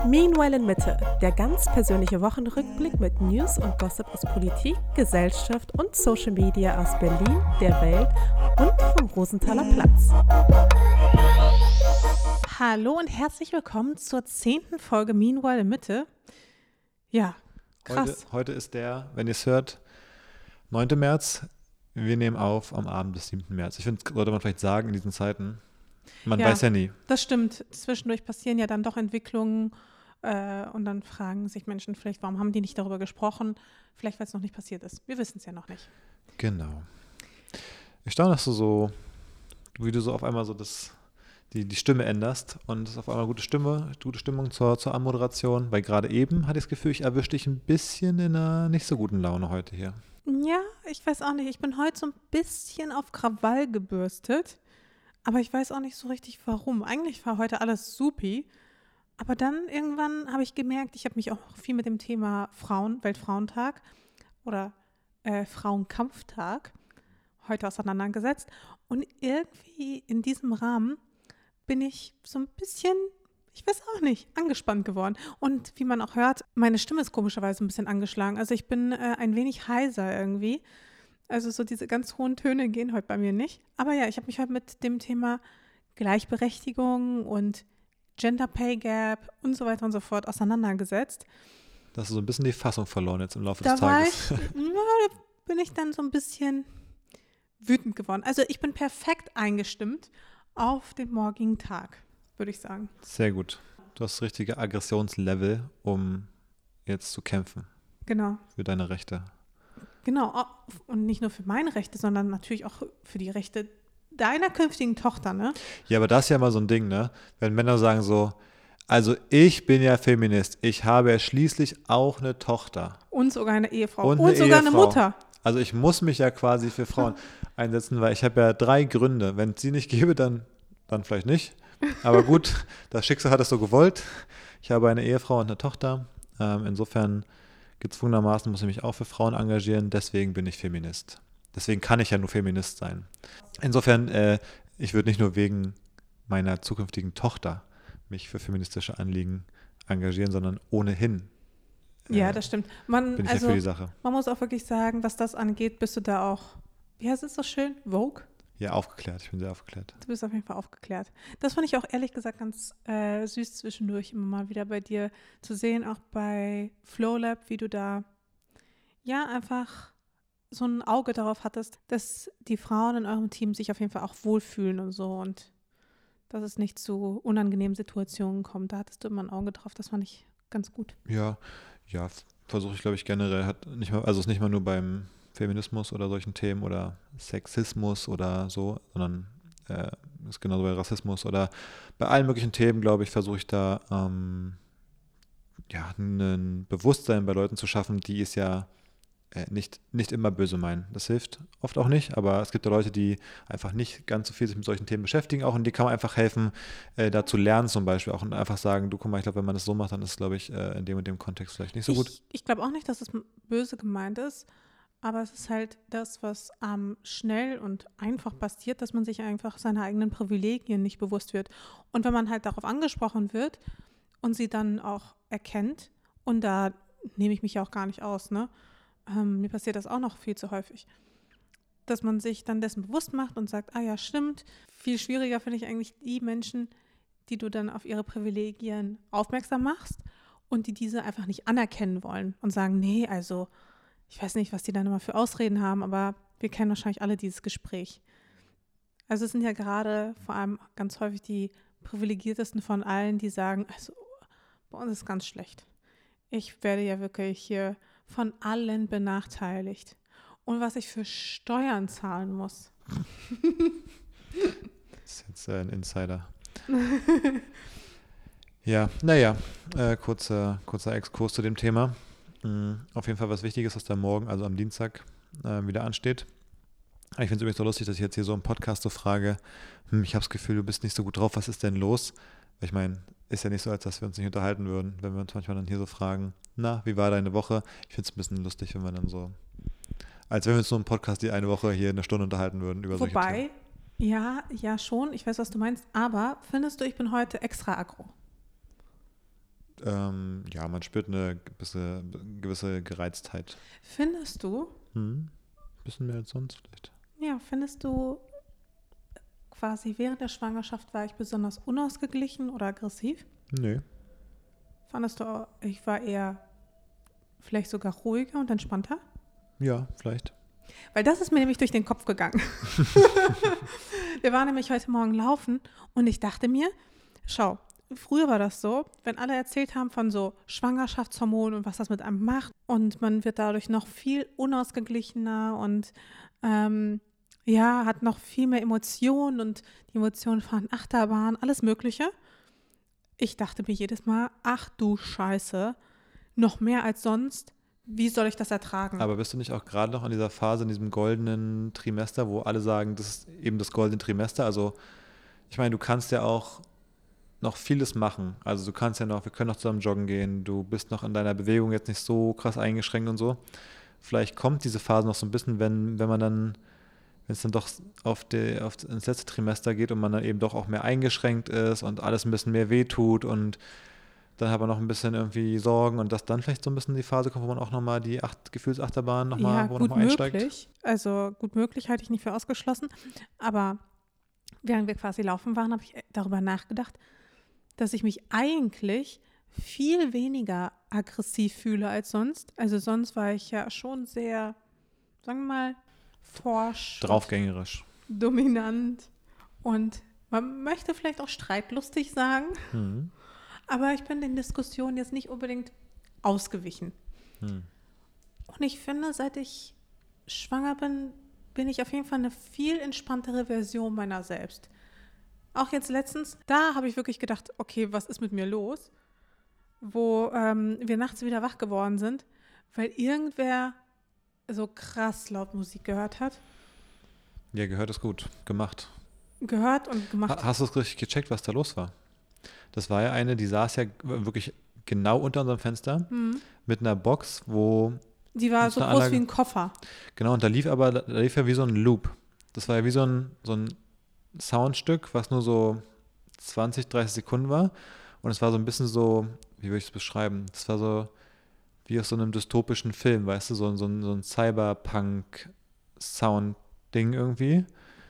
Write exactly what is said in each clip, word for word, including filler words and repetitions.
Meanwhile in Mitte, der ganz persönliche Wochenrückblick mit News und Gossip aus Politik, Gesellschaft und Social Media aus Berlin, der Welt und vom Rosenthaler Platz. Hallo und herzlich willkommen zur zehnten Folge Meanwhile in Mitte. Ja, krass. Heute, heute ist der, wenn ihr es hört, neunten März. Wir nehmen auf am Abend des siebten März. Ich finde, sollte man vielleicht sagen in diesen Zeiten. Man Ja, weiß ja nie. Das stimmt. Zwischendurch passieren ja dann doch Entwicklungen äh, und dann fragen sich Menschen vielleicht, warum haben die nicht darüber gesprochen? Vielleicht, weil es noch nicht passiert ist. Wir wissen es ja noch nicht. Genau. Ich staune, dass du so, wie du so auf einmal so das, die, die Stimme änderst und es ist auf einmal gute Stimme, gute Stimmung zur, zur Anmoderation, weil gerade eben hatte ich das Gefühl, ich erwische dich ein bisschen in einer nicht so guten Laune heute hier. Ja, ich weiß auch nicht. Ich bin heute so ein bisschen auf Krawall gebürstet. Aber ich weiß auch nicht so richtig, warum. Eigentlich war heute alles supi. Aber dann irgendwann habe ich gemerkt, ich habe mich auch viel mit dem Thema Frauen, Weltfrauentag oder äh, Frauenkampftag heute auseinandergesetzt. Und irgendwie in diesem Rahmen bin ich so ein bisschen, ich weiß auch nicht, angespannt geworden. Und wie man auch hört, meine Stimme ist komischerweise ein bisschen angeschlagen. Also ich bin äh, ein wenig heiser irgendwie. Also so diese ganz hohen Töne gehen heute bei mir nicht. Aber ja, ich habe mich heute mit dem Thema Gleichberechtigung und Gender Pay Gap und so weiter und so fort auseinandergesetzt. Da hast du so ein bisschen die Fassung verloren jetzt im Laufe Da des war Tages. ich, ja, da bin ich dann so ein bisschen wütend geworden. Also ich bin perfekt eingestimmt auf den morgigen Tag, würde ich sagen. Sehr gut. Du hast das richtige Aggressionslevel, um jetzt zu kämpfen Genau. für deine Rechte. Genau. Und nicht nur für meine Rechte, sondern natürlich auch für die Rechte deiner künftigen Tochter, ne? Ja, aber das ist ja mal so ein Ding, ne? Wenn Männer sagen so, also ich bin ja Feminist, ich habe ja schließlich auch eine Tochter. Und sogar eine Ehefrau. Und, Und, eine sogar eine Ehefrau. Mutter. Also ich muss mich ja quasi für Frauen einsetzen, weil ich habe ja drei Gründe. Wenn es sie nicht gäbe, dann, dann vielleicht nicht. Aber gut, das Schicksal hat es so gewollt. Ich habe eine Ehefrau und eine Tochter. Ähm, insofern gezwungenermaßen muss ich mich auch für Frauen engagieren. Deswegen bin ich Feminist. Deswegen kann ich ja nur Feminist sein. Insofern, äh, ich würde nicht nur wegen meiner zukünftigen Tochter mich für feministische Anliegen engagieren, sondern ohnehin. Äh, Ja, das stimmt. Man, bin ich also, ja für die Sache. Man muss auch wirklich sagen, was das angeht, bist du da auch, wie heißt es so schön? Vogue? Ja, aufgeklärt. Ich bin sehr aufgeklärt. Du bist auf jeden Fall aufgeklärt. Das fand ich auch ehrlich gesagt ganz äh, süß zwischendurch immer mal wieder bei dir zu sehen, auch bei FlowLab, wie du da ja einfach so ein Auge darauf hattest, dass die Frauen in eurem Team sich auf jeden Fall auch wohlfühlen und so und dass es nicht zu unangenehmen Situationen kommt. Da hattest du immer ein Auge drauf, das fand ich ganz gut. Ja, ja, versuche ich, glaube ich, generell. Hat nicht mal, also es ist nicht mal nur beim Feminismus oder solchen Themen oder Sexismus oder so, sondern äh, ist genauso bei Rassismus oder bei allen möglichen Themen, glaube ich, versuche ich da ähm, ja, ein Bewusstsein bei Leuten zu schaffen, die es ja äh, nicht, nicht immer böse meinen. Das hilft oft auch nicht, aber es gibt ja Leute, die einfach nicht ganz so viel sich mit solchen Themen beschäftigen auch und die kann man einfach helfen, äh, da zu lernen zum Beispiel auch und einfach sagen, du guck mal, ich glaube, wenn man das so macht, dann ist es, glaube ich, äh, in dem und dem Kontext vielleicht nicht so gut. Ich, ich glaube auch nicht, dass es böse gemeint ist. Aber es ist halt das, was ähm, schnell und einfach passiert, dass man sich einfach seiner eigenen Privilegien nicht bewusst wird. Und wenn man halt darauf angesprochen wird und sie dann auch erkennt, und da nehme ich mich ja auch gar nicht aus, ne? Ähm, mir passiert das auch noch viel zu häufig, dass man sich dann dessen bewusst macht und sagt, ah ja, stimmt. Viel schwieriger finde ich eigentlich die Menschen, die du dann auf ihre Privilegien aufmerksam machst und die diese einfach nicht anerkennen wollen und sagen, nee, also ich weiß nicht, was die dann immer für Ausreden haben, aber wir kennen wahrscheinlich alle dieses Gespräch. Also es sind ja gerade vor allem ganz häufig die privilegiertesten von allen, die sagen, also bei uns ist es ganz schlecht. Ich werde ja wirklich hier von allen benachteiligt. Und was ich für Steuern zahlen muss. Das ist jetzt äh, ein Insider. Ja, naja, äh, kurzer, kurzer Exkurs zu dem Thema. Auf jeden Fall was Wichtiges, was da morgen, also am Dienstag, äh, wieder ansteht. Ich finde es übrigens so lustig, dass ich jetzt hier so im Podcast so frage, hm, ich habe das Gefühl, du bist nicht so gut drauf, was ist denn los? Ich meine, ist ja nicht so, als dass wir uns nicht unterhalten würden, wenn wir uns manchmal dann hier so fragen, na, wie war deine Woche? Ich finde es ein bisschen lustig, wenn wir dann so, als wenn wir uns so im Podcast die eine Woche hier eine Stunde unterhalten würden über solche Wobei, Themen. ja, ja schon, ich weiß, was du meinst, aber findest du, ich bin heute extra aggro? Ähm, ja, man spürt eine gewisse, gewisse Gereiztheit. Findest du, Hm? Ein bisschen mehr als sonst vielleicht. ja, findest du quasi während der Schwangerschaft war ich besonders unausgeglichen oder aggressiv? Nee. Fandest du, auch, ich war eher vielleicht sogar ruhiger und entspannter? Ja, vielleicht. Weil das ist mir nämlich durch den Kopf gegangen. Wir waren nämlich heute Morgen laufen und ich dachte mir, schau, früher war das so, wenn alle erzählt haben von so Schwangerschaftshormonen und was das mit einem macht und man wird dadurch noch viel unausgeglichener und ähm, ja, hat noch viel mehr Emotionen und die Emotionen fahren Achterbahn, alles Mögliche. Ich dachte mir jedes Mal, ach du Scheiße, noch mehr als sonst, wie soll ich das ertragen? Aber bist du nicht auch gerade noch in dieser Phase, in diesem goldenen Trimester, wo alle sagen, das ist eben das goldene Trimester? Also ich meine, du kannst ja auch noch vieles machen. Also du kannst ja noch, wir können noch zusammen joggen gehen, du bist noch in deiner Bewegung jetzt nicht so krass eingeschränkt und so. Vielleicht kommt diese Phase noch so ein bisschen, wenn, wenn man dann, wenn es dann doch auf die, auf ins letzte Trimester geht und man dann eben doch auch mehr eingeschränkt ist und alles ein bisschen mehr wehtut und dann hat man noch ein bisschen irgendwie Sorgen und dass dann vielleicht so ein bisschen die Phase kommt, wo man auch nochmal die Acht, Gefühlsachterbahn nochmal, Ja, wo gut nochmal einsteigt. möglich. Also gut möglich halte ich nicht für ausgeschlossen. Aber während wir quasi laufen waren, habe ich darüber nachgedacht, dass ich mich eigentlich viel weniger aggressiv fühle als sonst. Also sonst war ich ja schon sehr, sagen wir mal, forsch, Draufgängerisch. dominant und man möchte vielleicht auch streitlustig sagen. Hm. Aber ich bin den Diskussionen jetzt nicht unbedingt ausgewichen. Hm. Und ich finde, seit ich schwanger bin, bin ich auf jeden Fall eine viel entspanntere Version meiner selbst. Auch jetzt letztens, da habe ich wirklich gedacht, okay, was ist mit mir los? Wo ähm, wir nachts wieder wach geworden sind, weil irgendwer so krass laut Musik gehört hat. Ja, gehört ist gut. Gemacht. Gehört und gemacht. Ha- Hast du es richtig gecheckt, was da los war? Das war ja eine, die saß ja wirklich genau unter unserem Fenster Hm. mit einer Box, wo Die war Das so ist eine groß Anlage. wie ein Koffer. genau, und da lief aber, da lief ja wie so ein Loop. Das war ja wie so ein, so ein Soundstück, was nur so zwanzig, dreißig Sekunden war. Und es war so ein bisschen so, wie würde ich es beschreiben? Das war so wie aus so einem dystopischen Film, weißt du, so, ein- so ein, so ein Cyberpunk-Sound-Ding irgendwie.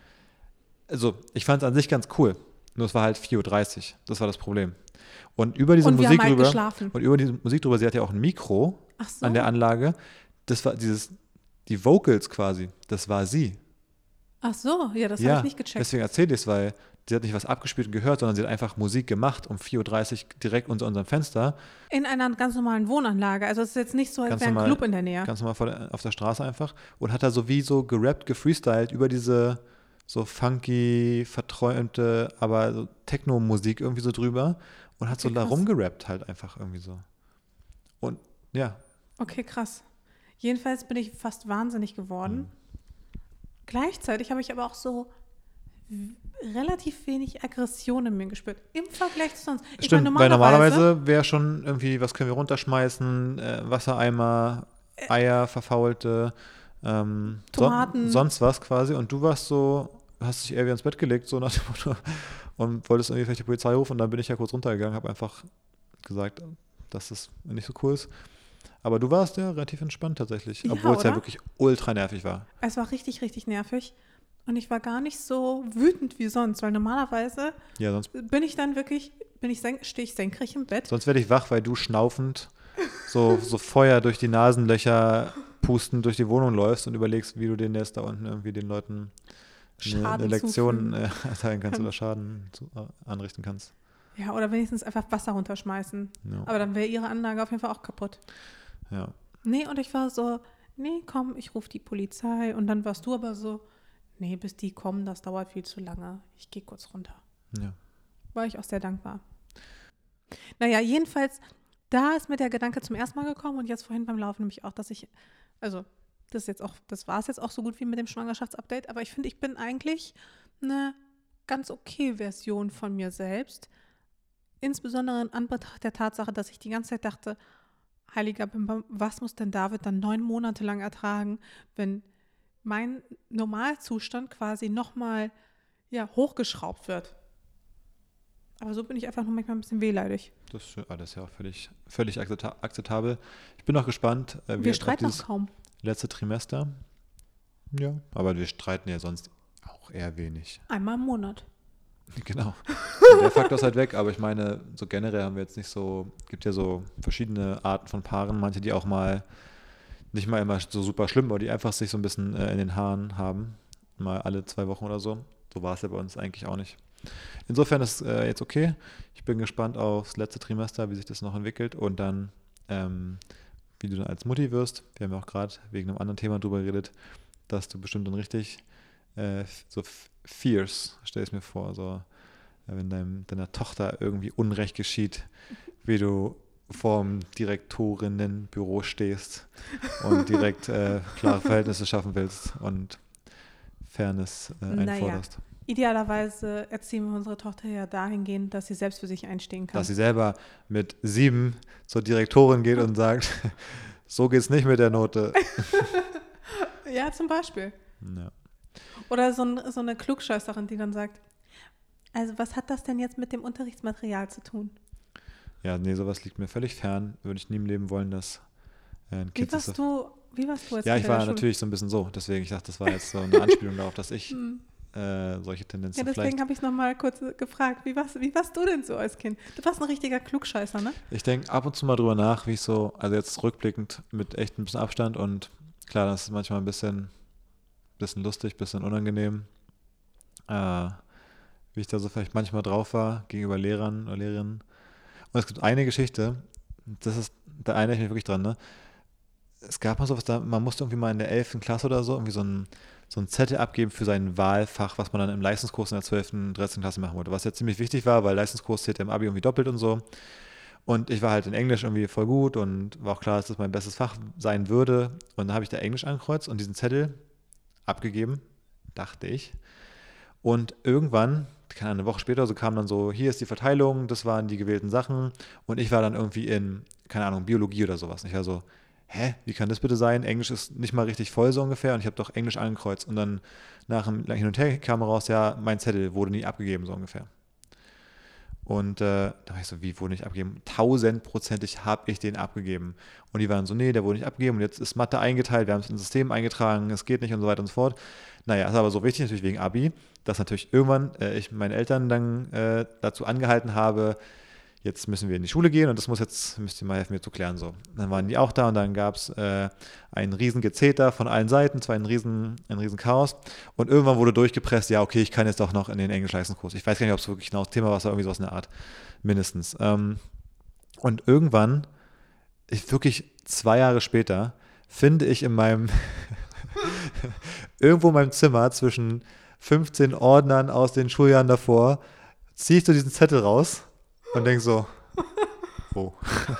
Also, ich fand es an sich ganz cool. Nur es war halt vier Uhr dreißig. Das war das Problem. Und über diese Und wir Musik haben halt drüber, geschlafen. und über diese Musik drüber, sie hat ja auch ein Mikro Ach so. an der Anlage. Das war dieses, die Vocals quasi, das war sie. Ach so, ja, das ja, habe ich nicht gecheckt. deswegen erzähle ich es, weil sie hat nicht was abgespielt und gehört, sondern sie hat einfach Musik gemacht um vier Uhr dreißig direkt unter unserem Fenster. In einer ganz normalen Wohnanlage. Also es ist jetzt nicht so, als Ganz wäre ein normal- Club in der Nähe. Ganz normal vor der, auf der Straße einfach. Und hat da so wie so gerappt, gefreestylt über diese so funky, verträumte, aber so Techno-Musik irgendwie so drüber und hat so Okay, da krass. rumgerappt halt einfach irgendwie so. Und ja, Okay, krass. Jedenfalls bin ich fast wahnsinnig geworden. Mhm. Gleichzeitig habe ich aber auch so w- relativ wenig Aggression in mir gespürt. Im Vergleich zu sonst. Ich stimmt, meine, weil normalerweise wäre schon irgendwie, was können wir runterschmeißen, äh, Wassereimer, Eier, verfaulte, ähm, Tomaten. Son sonst was quasi. Und du warst so, hast dich eher wieder ins Bett gelegt, so nach dem Motto, und wolltest irgendwie vielleicht die Polizei rufen. Und dann bin ich ja kurz runtergegangen, habe einfach gesagt, dass das nicht so cool ist. Aber du warst ja relativ entspannt tatsächlich, Ja, obwohl es ja oder? wirklich ultra nervig war. Es war richtig, richtig nervig. Und ich war gar nicht so wütend wie sonst, weil normalerweise Ja, sonst, bin ich dann wirklich, bin ich senk, stehe ich senkrecht im Bett. sonst werde ich wach, weil du schnaufend so, so Feuer durch die Nasenlöcher pustend durch die Wohnung läufst und überlegst, wie du den jetzt da unten irgendwie den Leuten eine, eine Schaden Lektion zufügen. äh, erteilen kannst Kann. oder Schaden zu, äh, anrichten kannst. Ja, oder wenigstens einfach Wasser runterschmeißen. Ja. Aber dann wäre ihre Anlage auf jeden Fall auch kaputt. ja. Nee, und ich war so, nee, komm, ich rufe die Polizei. Und dann warst du aber so, nee, bis die kommen, das dauert viel zu lange. Ich gehe kurz runter. ja. War ich auch sehr dankbar. Naja, jedenfalls, da ist mir der Gedanke zum ersten Mal gekommen und jetzt vorhin beim Laufen nämlich auch, dass ich, also das ist jetzt auch, das war es jetzt auch so gut wie mit dem Schwangerschaftsupdate, aber ich finde, ich bin eigentlich eine ganz okay Version von mir selbst. Insbesondere in Anbetracht der Tatsache, dass ich die ganze Zeit dachte, heiliger Bimbam, was muss denn David dann neun Monate lang ertragen, wenn mein Normalzustand quasi nochmal ja, hochgeschraubt wird? Aber so bin ich einfach nur manchmal ein bisschen wehleidig. Das ist, ah, das ist ja auch völlig, völlig akzepta- akzeptabel. Ich bin auch gespannt. Äh, Wir streiten auch kaum. Letzte Trimester. Ja, aber wir streiten ja sonst auch eher wenig. Einmal im Monat. Genau. Der Faktor ist halt weg, aber ich meine, so generell haben wir jetzt nicht so, gibt ja so verschiedene Arten von Paaren, manche, die auch mal, nicht mal immer so super schlimm, aber die einfach sich so ein bisschen äh, in den Haaren haben, mal alle zwei Wochen oder so. So war es ja bei uns eigentlich auch nicht. Insofern ist äh, jetzt okay. Ich bin gespannt aufs letzte Trimester, wie sich das noch entwickelt und dann, ähm, wie du dann als Mutti wirst. Wir haben ja auch gerade wegen einem anderen Thema drüber geredet, dass du bestimmt dann richtig äh, so fierce, stell ich mir vor, so äh, wenn deinem, deiner Tochter irgendwie Unrecht geschieht, wie du vorm Direktorinnenbüro stehst und direkt äh, klare Verhältnisse schaffen willst und Fairness äh, einforderst. Naja. Idealerweise erziehen wir unsere Tochter ja dahingehend, dass sie selbst für sich einstehen kann. Dass sie selber mit sieben zur Direktorin geht und sagt, so geht's nicht mit der Note. Ja, zum Beispiel. Ja. Oder so, ein, so eine Klugscheißerin, die dann sagt, also was hat das denn jetzt mit dem Unterrichtsmaterial zu tun? Ja, nee, sowas liegt mir völlig fern. Würde ich nie im Leben wollen, dass äh, ein Kind... Wie warst, du, wie warst du als Ja, ich war Schule? natürlich so ein bisschen so. Deswegen, ich dachte, das war jetzt so eine Anspielung darauf, dass ich äh, solche Tendenzen ja, deswegen vielleicht... habe ich nochmal kurz gefragt, wie warst, wie warst du denn so als Kind? Du warst ein richtiger Klugscheißer, ne? Ich denke ab und zu mal drüber nach, wie ich so, also jetzt rückblickend mit echt ein bisschen Abstand und klar, das ist manchmal ein bisschen, bisschen lustig, ein bisschen unangenehm, äh, wie ich da so vielleicht manchmal drauf war gegenüber Lehrern oder Lehrerinnen. Und es gibt eine Geschichte, das ist, da erinnere ich mich wirklich dran, ne? Es gab mal sowas, da, man musste irgendwie mal in der elften Klasse oder so irgendwie so ein, so ein Zettel abgeben für sein Wahlfach, was man dann im Leistungskurs in der zwölften, dreizehnten Klasse machen wollte, was ja ziemlich wichtig war, weil Leistungskurs zählt im Abi irgendwie doppelt und so. Und ich war halt in Englisch irgendwie voll gut und war auch klar, dass das mein bestes Fach sein würde. Und dann habe ich da Englisch angekreuzt und diesen Zettel abgegeben, dachte ich. Und irgendwann, keine Ahnung, eine Woche später, so kam dann so, hier ist die Verteilung, das waren die gewählten Sachen. Und ich war dann irgendwie in, keine Ahnung, Biologie oder sowas. Und ich war so, hä, wie kann das bitte sein? Englisch ist nicht mal richtig voll so ungefähr. Und ich habe doch Englisch angekreuzt. Und dann nach dem Hin und Her kam raus, ja, mein Zettel wurde nie abgegeben, so ungefähr. Und äh, da war ich so, wie wurde nicht abgegeben? Tausendprozentig habe ich den abgegeben. Und die waren so, nee, der wurde nicht abgegeben. Und jetzt ist Mathe eingeteilt, wir haben es ins System eingetragen, es geht nicht und so weiter und so fort. Naja, ist aber so wichtig, natürlich wegen Abi, dass natürlich irgendwann äh, ich meine Eltern dann äh, dazu angehalten habe, jetzt müssen wir in die Schule gehen und das muss jetzt, müsst ihr mal helfen, mir zu klären. So. Dann waren die auch da und dann gab es äh, ein riesen Gezeter von allen Seiten, es war ein riesen, ein riesen Chaos und irgendwann wurde durchgepresst, ja okay, ich kann jetzt doch noch in den Englisch-Leistungskurs. Ich weiß gar nicht, ob es wirklich genau das Thema war, es war irgendwie sowas in der Art, mindestens. Ähm, und irgendwann, ich, wirklich zwei Jahre später, finde ich in meinem, irgendwo in meinem Zimmer zwischen fünfzehn Ordnern aus den Schuljahren davor, ziehe ich so diesen Zettel raus und denke so, oh,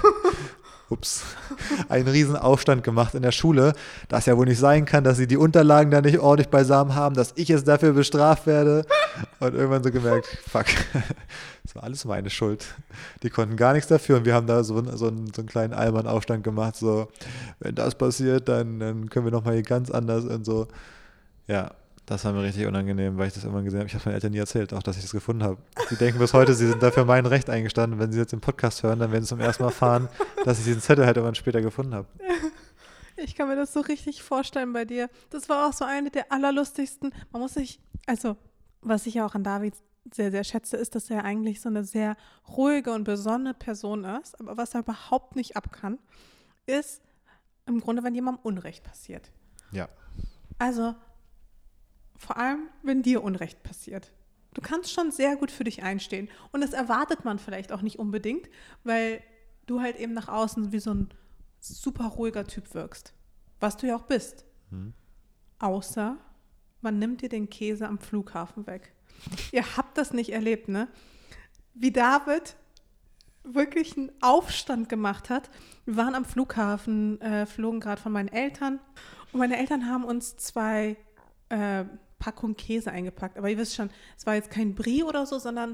ups, einen riesen Aufstand gemacht in der Schule, das ja wohl nicht sein kann, dass sie die Unterlagen da nicht ordentlich beisammen haben, dass ich jetzt dafür bestraft werde und irgendwann so gemerkt, fuck, das war alles meine Schuld. Die konnten gar nichts dafür und wir haben da so, so, einen, so einen kleinen Allmann-Aufstand gemacht, so, wenn das passiert, dann, dann können wir nochmal hier ganz anders und so, ja. Das war mir richtig unangenehm, weil ich das irgendwann gesehen habe. Ich habe es meinen Eltern nie erzählt, auch dass ich das gefunden habe. Sie denken bis heute, sie sind dafür mein Recht eingestanden. Wenn sie jetzt den Podcast hören, dann werden sie zum ersten Mal erfahren, dass ich diesen Zettel halt irgendwann später gefunden habe. Ich kann mir das so richtig vorstellen bei dir. Das war auch so eine der allerlustigsten. Man muss sich, also was ich ja auch an David sehr, sehr schätze, ist, dass er eigentlich so eine sehr ruhige und besonnene Person ist. Aber was er überhaupt nicht ab kann, ist im Grunde, wenn jemandem Unrecht passiert. Ja. Also vor allem, wenn dir Unrecht passiert. Du kannst schon sehr gut für dich einstehen. Und das erwartet man vielleicht auch nicht unbedingt, weil du halt eben nach außen wie so ein super ruhiger Typ wirkst. Was du ja auch bist. Hm. Außer, man nimmt dir den Käse am Flughafen weg. Ihr habt das nicht erlebt, ne? Wie David wirklich einen Aufstand gemacht hat. Wir waren am Flughafen, äh, flogen gerade von meinen Eltern. Und meine Eltern haben uns zwei äh, Packung Käse eingepackt. Aber ihr wisst schon, es war jetzt kein Brie oder so, sondern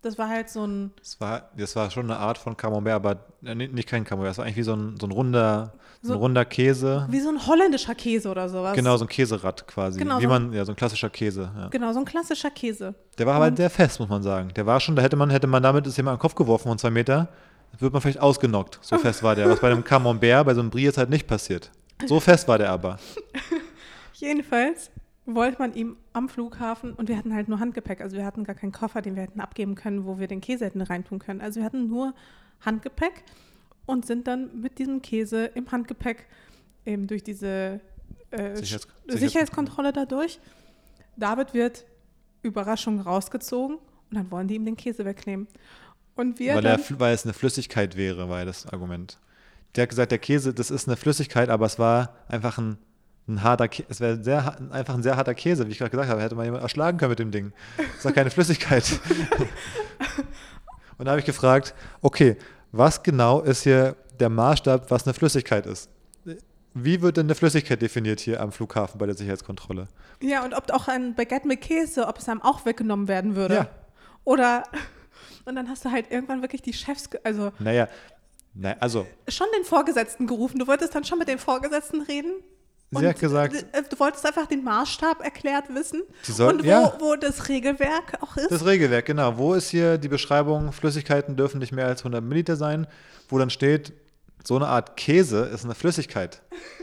Das war halt so ein... Das war, das war schon eine Art von Camembert, aber äh, nicht kein Camembert. Das war eigentlich wie so ein, so ein runder, so ein runder Käse. Wie so ein holländischer Käse oder sowas. Genau, so ein Käserad quasi. Genau, wie so man, ja, so ein klassischer Käse. Ja. Genau, so ein klassischer Käse. Der war aber halt sehr fest, muss man sagen. Der war schon, da hätte man, hätte man damit, ist jemand an den Kopf geworfen von zwei Meter, wird man vielleicht ausgenockt. So fest war der. Was bei einem Camembert, bei so einem Brie jetzt halt nicht passiert. So fest war der aber. Jedenfalls wollte man ihm am Flughafen, und wir hatten halt nur Handgepäck, also wir hatten gar keinen Koffer, den wir hätten abgeben können, wo wir den Käse hätten reintun können. Also wir hatten nur Handgepäck und sind dann mit diesem Käse im Handgepäck eben durch diese äh, Sicherheits- Sicherheitskontrolle dadurch. David wird, Überraschung, rausgezogen und dann wollen die ihm den Käse wegnehmen. Und wir weil, dann, der, weil es eine Flüssigkeit wäre, war das Argument. Der hat gesagt, der Käse, das ist eine Flüssigkeit, aber es war einfach ein Ein harter Käse, es wäre sehr, einfach ein sehr harter Käse, wie ich gerade gesagt habe. Hätte man jemanden erschlagen können mit dem Ding. Das ist doch keine Flüssigkeit. Und da habe ich gefragt, okay, was genau ist hier der Maßstab, was eine Flüssigkeit ist? Wie wird denn eine Flüssigkeit definiert hier am Flughafen bei der Sicherheitskontrolle? ja, und ob auch ein Baguette mit Käse, ob es einem auch weggenommen werden würde. Ja. Oder, und dann hast du halt irgendwann wirklich die Chefs, ge- also Naja, naja also, schon den Vorgesetzten gerufen. Du wolltest dann schon mit den Vorgesetzten reden? sie Und hat gesagt, äh, du wolltest einfach den Maßstab erklärt wissen Sie soll- und wo, ja. wo das Regelwerk auch ist. das Regelwerk, genau. Wo ist hier die Beschreibung, Flüssigkeiten dürfen nicht mehr als hundert Milliliter sein, wo dann steht, so eine Art Käse ist eine Flüssigkeit.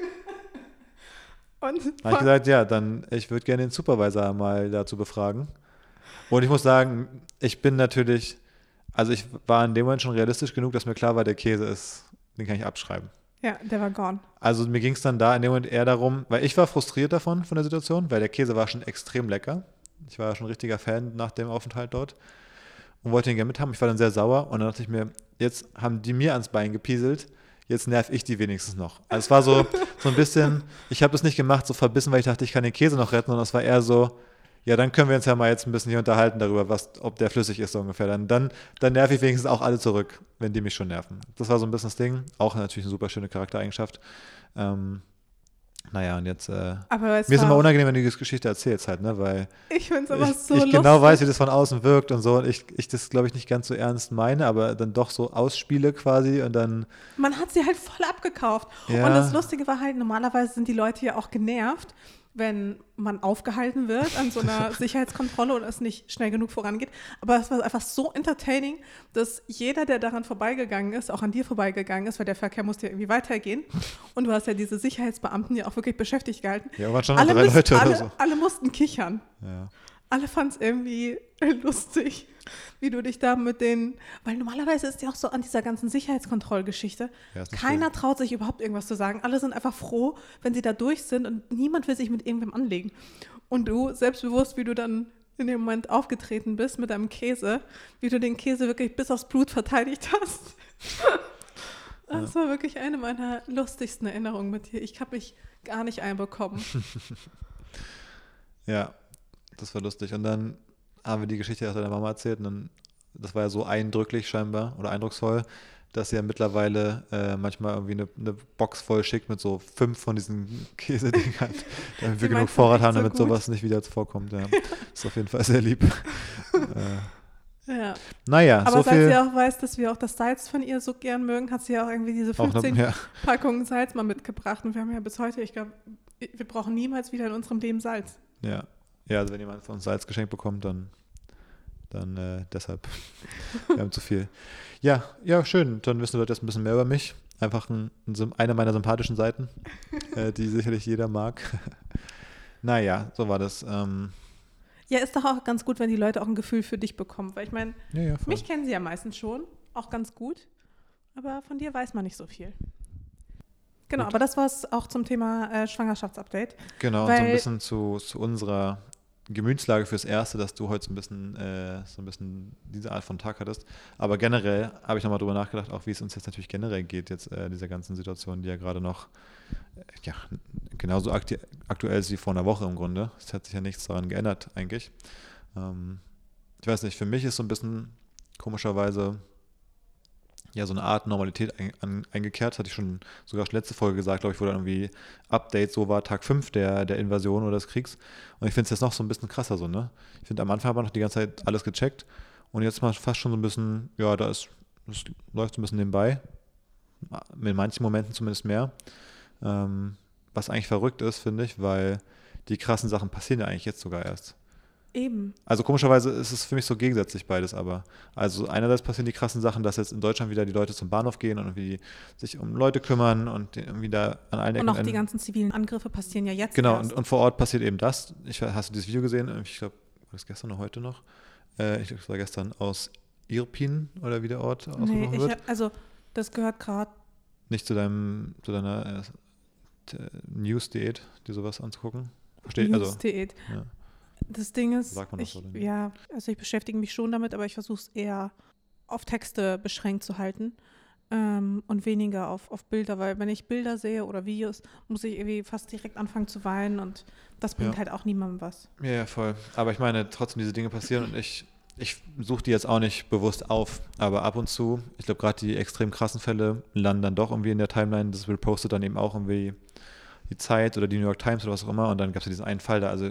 Und Da habe ich gesagt, ja, dann, ich würde gerne den Supervisor mal dazu befragen. Und ich muss sagen, ich bin natürlich, also ich war in dem Moment schon realistisch genug, dass mir klar war, der Käse ist, den kann ich abschreiben. ja, der war gone. Also mir ging es dann da in dem Moment eher darum, weil ich war frustriert davon, von der Situation, weil der Käse war schon extrem lecker. Ich war schon ein richtiger Fan nach dem Aufenthalt dort und wollte ihn gerne mit haben. Ich war dann sehr sauer und dann dachte ich mir, jetzt haben die mir ans Bein gepieselt, jetzt nerv ich die wenigstens noch. Also es war so, so ein bisschen, ich habe das nicht gemacht, so verbissen, weil ich dachte, ich kann den Käse noch retten, sondern es war eher so, ja, dann können wir uns ja mal jetzt ein bisschen hier unterhalten darüber, was, ob der flüssig ist so ungefähr. Dann, dann, dann nerv ich wenigstens auch alle zurück, wenn die mich schon nerven. Das war so ein bisschen das Ding. Auch natürlich eine super schöne Charaktereigenschaft. Ähm, naja, und jetzt, äh, Aber es mir ist war immer auch- unangenehm, wenn du die Geschichte erzählst halt, ne, weil Ich finde es aber ich, so ich lustig. genau weiß, wie das von außen wirkt und so. Und ich, ich das, glaube ich, nicht ganz so ernst meine, aber dann doch so ausspiele quasi und dann, Man hat sie halt voll abgekauft. Ja. Und das Lustige war halt, normalerweise sind die Leute ja auch genervt, wenn man aufgehalten wird an so einer Sicherheitskontrolle oder es nicht schnell genug vorangeht. Aber es war einfach so entertaining, dass jeder, der daran vorbeigegangen ist, auch an dir vorbeigegangen ist, weil der Verkehr musste ja irgendwie weitergehen. Und du hast ja diese Sicherheitsbeamten ja auch wirklich beschäftigt gehalten. ja, waren schon noch Alle, drei müssen, Leute alle, oder so. alle mussten kichern. Ja. Alle fanden es irgendwie lustig, wie du dich da mit den, weil normalerweise ist ja auch so an dieser ganzen Sicherheitskontrollgeschichte, Ja, ist nicht keiner schön. traut sich überhaupt irgendwas zu sagen. Alle sind einfach froh, wenn sie da durch sind und niemand will sich mit irgendwem anlegen. Und du, selbstbewusst, wie du dann in dem Moment aufgetreten bist mit deinem Käse, wie du den Käse wirklich bis aufs Blut verteidigt hast. Das war wirklich eine meiner lustigsten Erinnerungen mit dir. Ich habe mich gar nicht einbekommen. Ja, das war lustig. Und dann haben wir die Geschichte auch deiner Mama erzählt und dann, das war ja so eindrücklich scheinbar oder eindrucksvoll, dass sie ja mittlerweile äh, manchmal irgendwie eine, eine Box voll schickt mit so fünf von diesen Käsedingern, damit wir Die genug meinst du Vorrat echt haben, so damit gut? sowas nicht wieder vorkommt. Ja. Ist auf jeden Fall sehr lieb. äh, Ja. naja, Aber so seit viel. sie auch weiß, dass wir auch das Salz von ihr so gern mögen, hat sie ja auch irgendwie diese Auch fünfzehn noch, ja, Packungen Salz mal mitgebracht. Und wir haben ja bis heute, ich glaube, wir brauchen niemals wieder in unserem Leben Salz. ja. Ja, also wenn jemand von uns Salz geschenkt bekommt, dann, dann äh, deshalb. Wir haben zu viel. Ja, ja, schön. Dann wissen Leute jetzt ein bisschen mehr über mich. Einfach ein, ein, Sym- eine meiner sympathischen Seiten, äh, die sicherlich jeder mag. Naja, so war das. Ähm, Ja, ist doch auch ganz gut, wenn die Leute auch ein Gefühl für dich bekommen. Weil ich meine, ja, ja, voll. mich kennen sie ja meistens schon, auch ganz gut. Aber von dir weiß man nicht so viel. Genau, Gut. aber das war es auch zum Thema äh, Schwangerschaftsupdate. Genau, und so ein Weil- bisschen zu, zu unserer Gemütslage fürs Erste, dass du heute so ein bisschen, äh, so ein bisschen diese Art von Tag hattest. Aber generell habe ich nochmal drüber nachgedacht, auch wie es uns jetzt natürlich generell geht, jetzt äh, dieser ganzen Situation, die ja gerade noch äh, ja, genauso aktu- aktuell ist wie vor einer Woche im Grunde. Es hat sich ja nichts daran geändert eigentlich. Ähm, ich weiß nicht, für mich ist so ein bisschen komischerweise ja, so eine Art Normalität ein, an, eingekehrt. Das hatte ich schon sogar schon letzte Folge gesagt, glaube ich, wo dann irgendwie Update, so war Tag fünf der, der Invasion oder des Kriegs. Und ich finde es jetzt noch so ein bisschen krasser so, ne? Ich finde, am Anfang hat man noch die ganze Zeit alles gecheckt Und jetzt mal fast schon so ein bisschen, ja, da ist, das läuft so ein bisschen nebenbei. In manchen Momenten zumindest mehr. Ähm, was eigentlich verrückt ist, finde ich, weil die krassen Sachen passieren ja eigentlich jetzt sogar erst. Eben. Also komischerweise ist es für mich so gegensätzlich beides, aber also einerseits passieren die krassen Sachen, dass jetzt in Deutschland wieder die Leute zum Bahnhof gehen und irgendwie sich um Leute kümmern und irgendwie da an allen Ecken. Und auch die Enden- ganzen zivilen Angriffe passieren ja jetzt Genau, erst. und, und vor Ort passiert eben das. Ich, hast du dieses Video gesehen? Ich glaube, war das gestern oder heute noch? Äh, ich glaube, das war gestern aus Irpin oder wie der Ort Nee, ausgesprochen ich, wird. hab- also das gehört gerade, Nicht zu deinem, zu deiner äh, t- News-Diät, dir sowas anzugucken. Verstehe ich? Also, News-Diät. ja. Das Ding ist, Sagt man doch ich, so, ne? ja, also ich beschäftige mich schon damit, aber ich versuche es eher auf Texte beschränkt zu halten ähm, und weniger auf, auf Bilder, weil wenn ich Bilder sehe oder Videos, muss ich irgendwie fast direkt anfangen zu weinen und das bringt Ja. halt auch niemandem was. Ja, ja, voll. Aber ich meine, trotzdem diese Dinge passieren und ich, ich suche die jetzt auch nicht bewusst auf, aber ab und zu, ich glaube gerade die extrem krassen Fälle landen dann doch irgendwie in der Timeline, das repostet dann eben auch irgendwie die Zeit oder die New York Times oder was auch immer und dann gab es ja diesen einen Fall da, also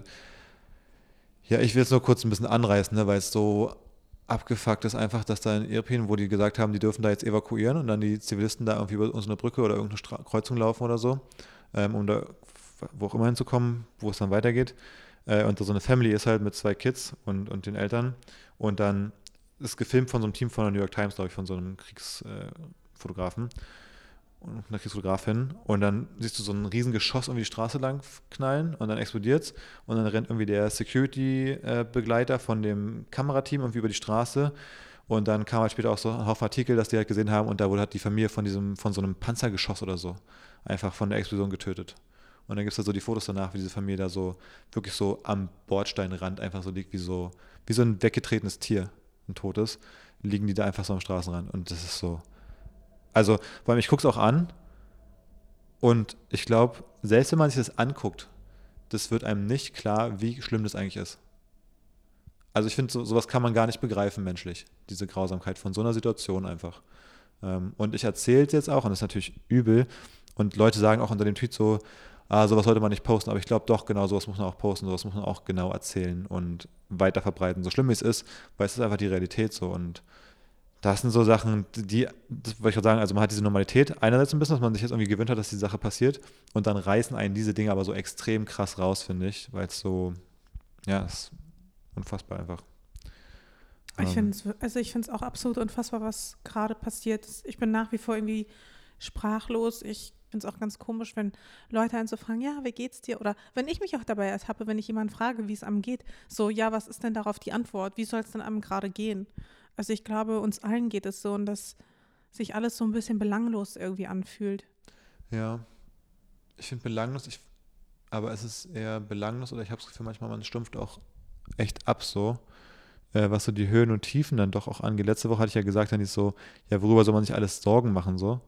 ja, ich will es nur kurz ein bisschen anreißen, ne, weil es so abgefuckt ist einfach, dass da in Irpin, wo die gesagt haben, die dürfen da jetzt evakuieren und dann die Zivilisten da irgendwie über unsere Brücke oder irgendeine Stra- Kreuzung laufen oder so, ähm, um da wo auch immer hinzukommen, wo es dann weitergeht. Äh, und so eine Family ist halt mit zwei Kids und, und den Eltern und dann ist gefilmt von so einem Team von der New York Times, glaube ich, von so einem Kriegsfotografen. Und eine Kriegsfotografin und dann siehst du so ein riesen Geschoss irgendwie die Straße lang knallen und dann explodiert's und dann rennt irgendwie der Security-Begleiter von dem Kamerateam irgendwie über die Straße und dann kam halt später auch so ein Haufen Artikel, dass die halt gesehen haben und da wurde halt die Familie von diesem, von so einem Panzergeschoss oder so einfach von der Explosion getötet. Und dann gibt es da so die Fotos danach, wie diese Familie da so wirklich so am Bordsteinrand einfach so liegt, wie so, wie so ein weggetretenes Tier, ein totes, liegen die da einfach so am Straßenrand und das ist so. Also, vor allem, ich gucke es auch an und ich glaube, selbst wenn man sich das anguckt, das wird einem nicht klar, wie schlimm das eigentlich ist. Also ich finde, so, sowas kann man gar nicht begreifen menschlich, diese Grausamkeit von so einer Situation einfach. Ähm, und ich erzähle es jetzt auch, und das ist natürlich übel, und Leute sagen auch unter dem Tweet so, ah, sowas sollte man nicht posten, aber ich glaube doch, genau sowas muss man auch posten, sowas muss man auch genau erzählen und weiter verbreiten, so schlimm wie es ist, weil es ist einfach die Realität so und das sind so Sachen, die, das wollte ich gerade sagen, also man hat diese Normalität einerseits ein bisschen, dass man sich jetzt irgendwie gewöhnt hat, dass die Sache passiert und dann reißen einen diese Dinge aber so extrem krass raus, finde ich, weil es so, ja, es ist unfassbar einfach. Ich Ähm, finde es also ich finde es auch absolut unfassbar, was gerade passiert ist. Ich bin nach wie vor irgendwie sprachlos. Ich finde es auch ganz komisch, wenn Leute einen so fragen, ja, wie geht's dir? Oder wenn ich mich auch dabei ertappe, wenn ich jemanden frage, wie es einem geht, so, ja, was ist denn darauf die Antwort? Wie soll es denn einem gerade gehen? Also ich glaube, uns allen geht es so und dass sich alles so ein bisschen belanglos irgendwie anfühlt. Ja, ich finde belanglos, ich, aber es ist eher belanglos oder ich habe das Gefühl, manchmal man stumpft auch echt ab so, äh, was so die Höhen und Tiefen dann doch auch angeht. Letzte Woche hatte ich ja gesagt, dann ist so, ja, worüber soll man sich alles Sorgen machen so.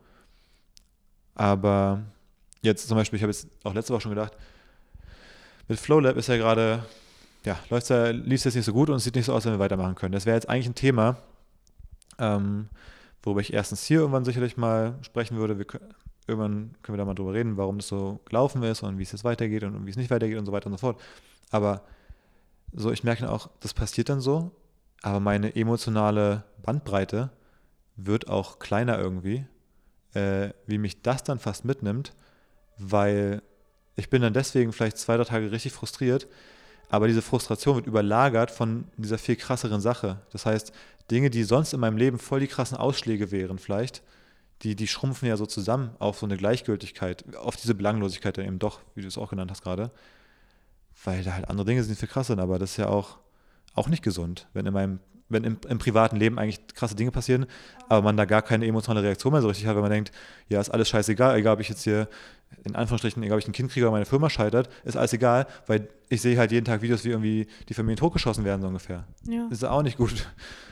Aber jetzt zum Beispiel, ich habe jetzt auch letzte Woche schon gedacht, mit FlowLab ist ja gerade, ja, läuft ja, lief es jetzt nicht so gut und es sieht nicht so aus, wenn wir weitermachen können. Das wäre jetzt eigentlich ein Thema, ähm, worüber ich erstens hier irgendwann sicherlich mal sprechen würde. Wir, können- irgendwann können wir da mal drüber reden, warum das so gelaufen ist und wie es jetzt weitergeht und wie es nicht weitergeht und so weiter und so fort. Aber so, ich merke dann auch, das passiert dann so, aber meine emotionale Bandbreite wird auch kleiner irgendwie, äh, wie mich das dann fast mitnimmt, weil ich bin dann deswegen vielleicht zwei, drei Tage richtig frustriert, aber diese Frustration wird überlagert von dieser viel krasseren Sache. Das heißt, Dinge, die sonst in meinem Leben voll die krassen Ausschläge wären vielleicht, die, die schrumpfen ja so zusammen auf so eine Gleichgültigkeit, auf diese Belanglosigkeit dann eben doch, wie du es auch genannt hast gerade, weil da halt andere Dinge sind, die viel krass sind, aber das ist ja auch, auch nicht gesund, wenn in meinem, wenn im, im privaten Leben eigentlich krasse Dinge passieren, aber man da gar keine emotionale Reaktion mehr so richtig hat, weil man denkt, ja, ist alles scheißegal, egal ob ich jetzt hier, in Anführungsstrichen, egal ob ich ein Kind kriege oder meine Firma scheitert, ist alles egal, weil ich sehe halt jeden Tag Videos, wie irgendwie die Familien totgeschossen werden, so ungefähr. Ja. Das ist auch nicht gut.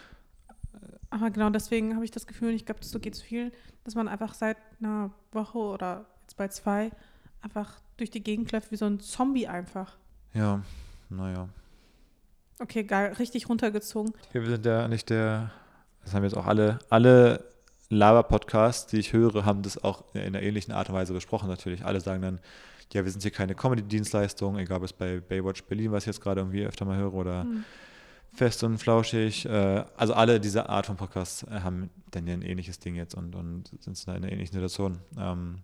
Aber genau deswegen habe ich das Gefühl, ich glaube, so geht es vielen, dass man einfach seit einer Woche oder jetzt bei zwei einfach durch die Gegend läuft wie so ein Zombie einfach. Ja, naja. Okay, geil, richtig runtergezogen. Wir sind ja nicht der, das haben jetzt auch alle, alle Laber-Podcasts, die ich höre, haben das auch in einer ähnlichen Art und Weise besprochen natürlich. Alle sagen dann, ja, wir sind hier keine Comedy-Dienstleistung, egal ob es bei Baywatch Berlin, was ich jetzt gerade irgendwie öfter mal höre, oder Hm. Fest und Flauschig, äh, also alle diese Art von Podcasts äh, haben dann ja ein ähnliches Ding jetzt und, und sind in einer ähnlichen Situation. Ähm,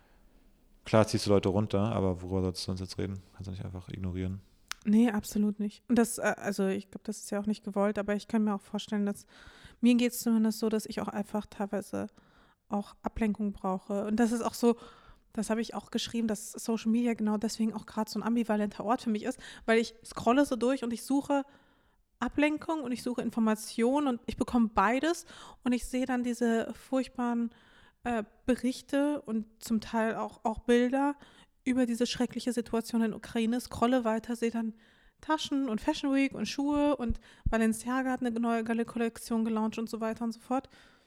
klar ziehst du Leute runter, aber worüber sollst du sonst jetzt reden? Kannst du nicht einfach ignorieren. Nee, absolut nicht. Und das, äh, also ich glaube, das ist ja auch nicht gewollt, aber ich kann mir auch vorstellen, dass mir geht es zumindest so, dass ich auch einfach teilweise auch Ablenkung brauche. Und das ist auch so, das habe ich auch geschrieben, dass Social Media genau deswegen auch gerade so ein ambivalenter Ort für mich ist, weil ich scrolle so durch und ich suche Ablenkung und ich suche Information und ich bekomme beides und ich sehe dann diese furchtbaren äh, Berichte und zum Teil auch, auch Bilder über diese schreckliche Situation in der Ukraine, scrolle weiter, sehe dann Taschen und Fashion Week und Schuhe und Balenciaga hat eine neue geile Kollektion gelauncht und so weiter und so fort.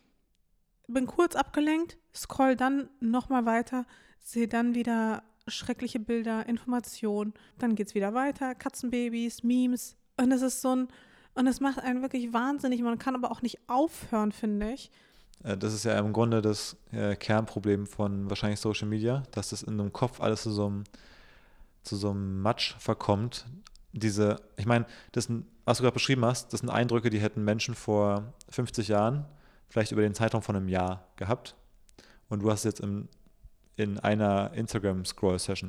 Bin kurz abgelenkt, scroll dann nochmal weiter, sehe dann wieder schreckliche Bilder, Informationen, dann geht's wieder weiter, Katzenbabys, Memes und es ist so ein, und es macht einen wirklich wahnsinnig, man kann aber auch nicht aufhören, finde ich. Das ist ja im Grunde das äh, Kernproblem von wahrscheinlich Social Media, dass das in einem Kopf alles zu so einem, zu so einem Matsch verkommt. Diese, ich meine, das sind, was du gerade beschrieben hast, das sind Eindrücke, die hätten Menschen vor fünfzig Jahren vielleicht über den Zeitraum von einem Jahr gehabt. Und du hast jetzt im, in einer Instagram-Scroll-Session.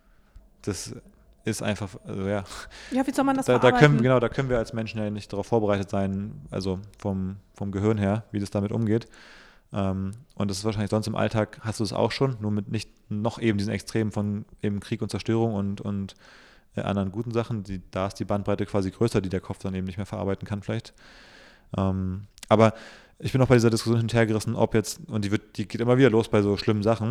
Das ist einfach, also ja. Ja, wie soll man das da, da verarbeiten? können, Genau, da können wir als Menschen ja nicht darauf vorbereitet sein, also vom, vom Gehirn her, wie das damit umgeht. Ähm, und das ist wahrscheinlich sonst im Alltag, hast du es auch schon, nur mit nicht noch eben diesen Extremen von eben Krieg und Zerstörung und, und äh, anderen guten Sachen. Die, da ist die Bandbreite quasi größer, die der Kopf dann eben nicht mehr verarbeiten kann vielleicht. Ähm, aber ich bin auch bei dieser Diskussion hinterhergerissen, ob jetzt, und die, wird, die geht immer wieder los bei so schlimmen Sachen,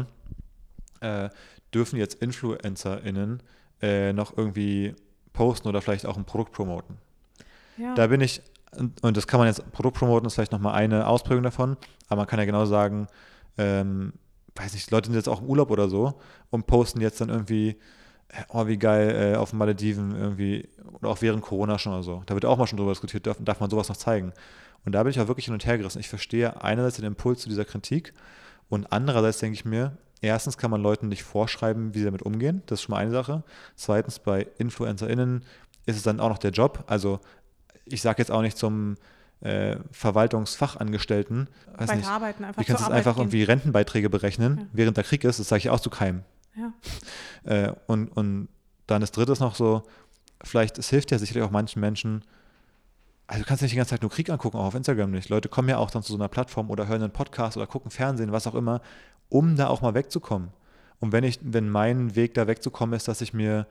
äh, dürfen jetzt InfluencerInnen äh, noch irgendwie posten oder vielleicht auch ein Produkt promoten. Ja. Da bin ich, und das kann man jetzt, Produkt promoten ist vielleicht nochmal eine Ausprägung davon, aber man kann ja genau sagen, ähm, weiß nicht, Leute sind jetzt auch im Urlaub oder so und posten jetzt dann irgendwie, oh wie geil, äh, auf den Malediven irgendwie, oder auch während Corona schon oder so. Da wird auch mal schon drüber diskutiert, darf, darf man sowas noch zeigen. Und da bin ich auch wirklich hin und her gerissen. Ich verstehe einerseits den Impuls zu dieser Kritik und andererseits denke ich mir, erstens kann man Leuten nicht vorschreiben, wie sie damit umgehen. Das ist schon mal eine Sache. Zweitens, bei InfluencerInnen ist es dann auch noch der Job. Also ich sage jetzt auch nicht zum äh, Verwaltungsfachangestellten, weiß nicht, Arbeiten, einfach wie kannst du einfach gehen. Irgendwie Rentenbeiträge berechnen, ja. während der Krieg ist, das sage ich auch zu keinem. Ja. Äh, und, und dann das Dritte ist noch so, vielleicht, es hilft ja sicherlich auch manchen Menschen, also du kannst nicht die ganze Zeit nur Krieg angucken, auch auf Instagram nicht. Leute kommen ja auch dann zu so einer Plattform oder hören einen Podcast oder gucken Fernsehen, was auch immer, um da auch mal wegzukommen. Und wenn ich, wenn mein Weg da wegzukommen ist, dass ich mir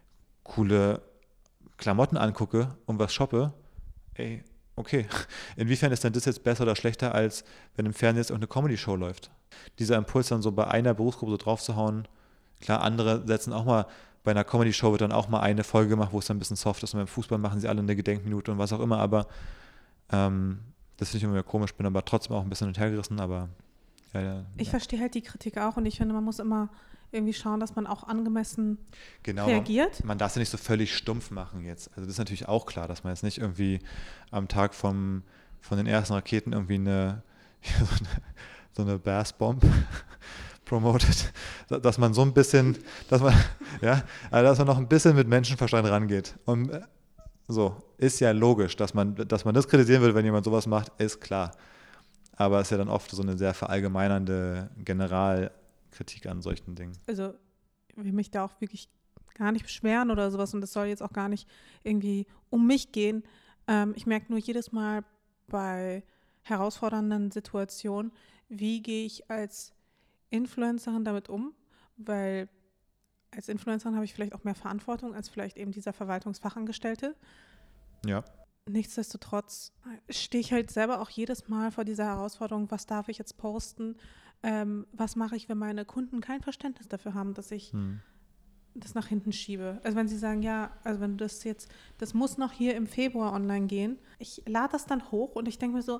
coole Klamotten angucke und was shoppe, ey, okay. Inwiefern ist denn das jetzt besser oder schlechter, als wenn im Fernsehen jetzt irgendeine Comedy-Show läuft? Dieser Impuls dann so bei einer Berufsgruppe so draufzuhauen, klar, andere setzen auch mal, bei einer Comedy-Show wird dann auch mal eine Folge gemacht, wo es dann ein bisschen soft ist und beim Fußball machen sie alle eine Gedenkminute und was auch immer, aber ähm, das finde ich immer wieder komisch, bin aber trotzdem auch ein bisschen hinterhergerissen, aber ja, ja, Ich ja. verstehe halt die Kritik auch und ich finde, man muss immer irgendwie schauen, dass man auch angemessen genau, reagiert. Man, man darf es ja nicht so völlig stumpf machen jetzt. Also das ist natürlich auch klar, dass man jetzt nicht irgendwie am Tag vom, von den ersten Raketen irgendwie eine, ja, so eine, so eine Bass-Bomb promotet, dass man so ein bisschen, dass man, ja, also dass man noch ein bisschen mit Menschenverstand rangeht. Und so, ist ja logisch, dass man, dass man das kritisieren will, wenn jemand sowas macht, ist klar. Aber es ist ja dann oft so eine sehr verallgemeinernde Generalkritik an solchen Dingen. Also, ich will mich da auch wirklich gar nicht beschweren oder sowas und das soll jetzt auch gar nicht irgendwie um mich gehen. Ähm, ich merke nur jedes Mal bei herausfordernden Situationen, wie gehe ich als Influencerin damit um, weil als Influencerin habe ich vielleicht auch mehr Verantwortung als vielleicht eben dieser Verwaltungsfachangestellte. Ja. Nichtsdestotrotz stehe ich halt selber auch jedes Mal vor dieser Herausforderung, was darf ich jetzt posten, ähm, was mache ich, wenn meine Kunden kein Verständnis dafür haben, dass ich hm. das nach hinten schiebe. Also wenn sie sagen, ja, also wenn du das jetzt, das muss noch hier im Februar online gehen, ich lade das dann hoch und ich denke mir so,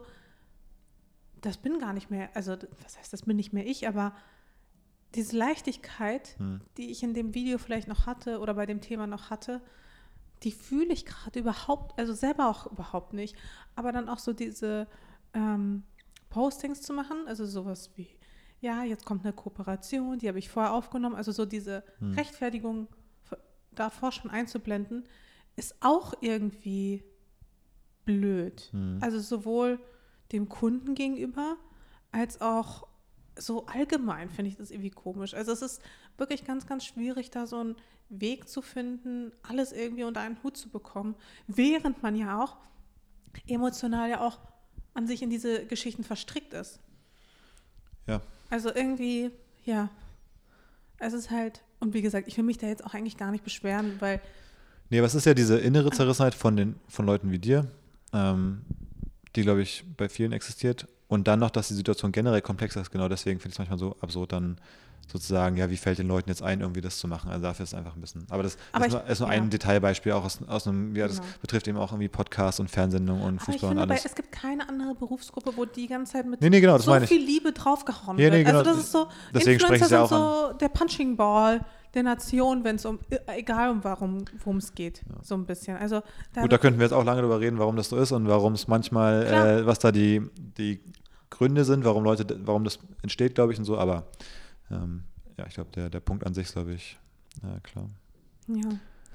das bin gar nicht mehr, also was heißt, das bin nicht mehr ich, aber diese Leichtigkeit, hm. die ich in dem Video vielleicht noch hatte oder bei dem Thema noch hatte, die fühle ich gerade überhaupt, also selber auch überhaupt nicht, aber dann auch so diese ähm, Postings zu machen, also sowas wie, ja, jetzt kommt eine Kooperation, die habe ich vorher aufgenommen, also so diese hm. Rechtfertigung davor schon einzublenden, ist auch irgendwie blöd. Hm. Also sowohl dem Kunden gegenüber, als auch so allgemein finde ich das irgendwie komisch. Also es ist wirklich ganz, ganz schwierig, da so einen Weg zu finden, alles irgendwie unter einen Hut zu bekommen, während man ja auch emotional ja auch an sich in diese Geschichten verstrickt ist. Ja. Also irgendwie, ja, es ist halt, und wie gesagt, ich will mich da jetzt auch eigentlich gar nicht beschweren, weil Nee, was ist ja diese innere Zerrissenheit von den von Leuten wie dir, ähm, die, glaube ich, bei vielen existiert. Und dann noch, dass die Situation generell komplexer ist. Genau deswegen finde ich es manchmal so absurd, dann sozusagen, ja, wie fällt den Leuten jetzt ein, irgendwie das zu machen? Also dafür ist es einfach ein bisschen. Aber das Aber ist, ich, nur, ist nur ja. ein Detailbeispiel, auch aus, aus einem, ja, das Genau. betrifft eben auch irgendwie Podcasts und Fernsehsendungen und Aber ich Fußball finde, und bei, alles. es gibt keine andere Berufsgruppe, wo die ganze Zeit mit Nee, nee, genau, das so meine ich. viel Liebe draufgehauen Ja, nee, wird. genau. Also das ist so, Deswegen spreche ich Influencer es ja sind auch so der Punching Ball der Nation, wenn es um, egal um warum, worum es geht, Ja. so ein bisschen. Also da, Gut, da könnten wir jetzt auch lange drüber reden, warum das so ist und warum es manchmal, äh, was da die, die Gründe sind, warum Leute, warum das entsteht, glaube ich, und so, aber ähm, ja, ich glaube, der, der Punkt an sich ist, glaube ich, ja, klar. ja.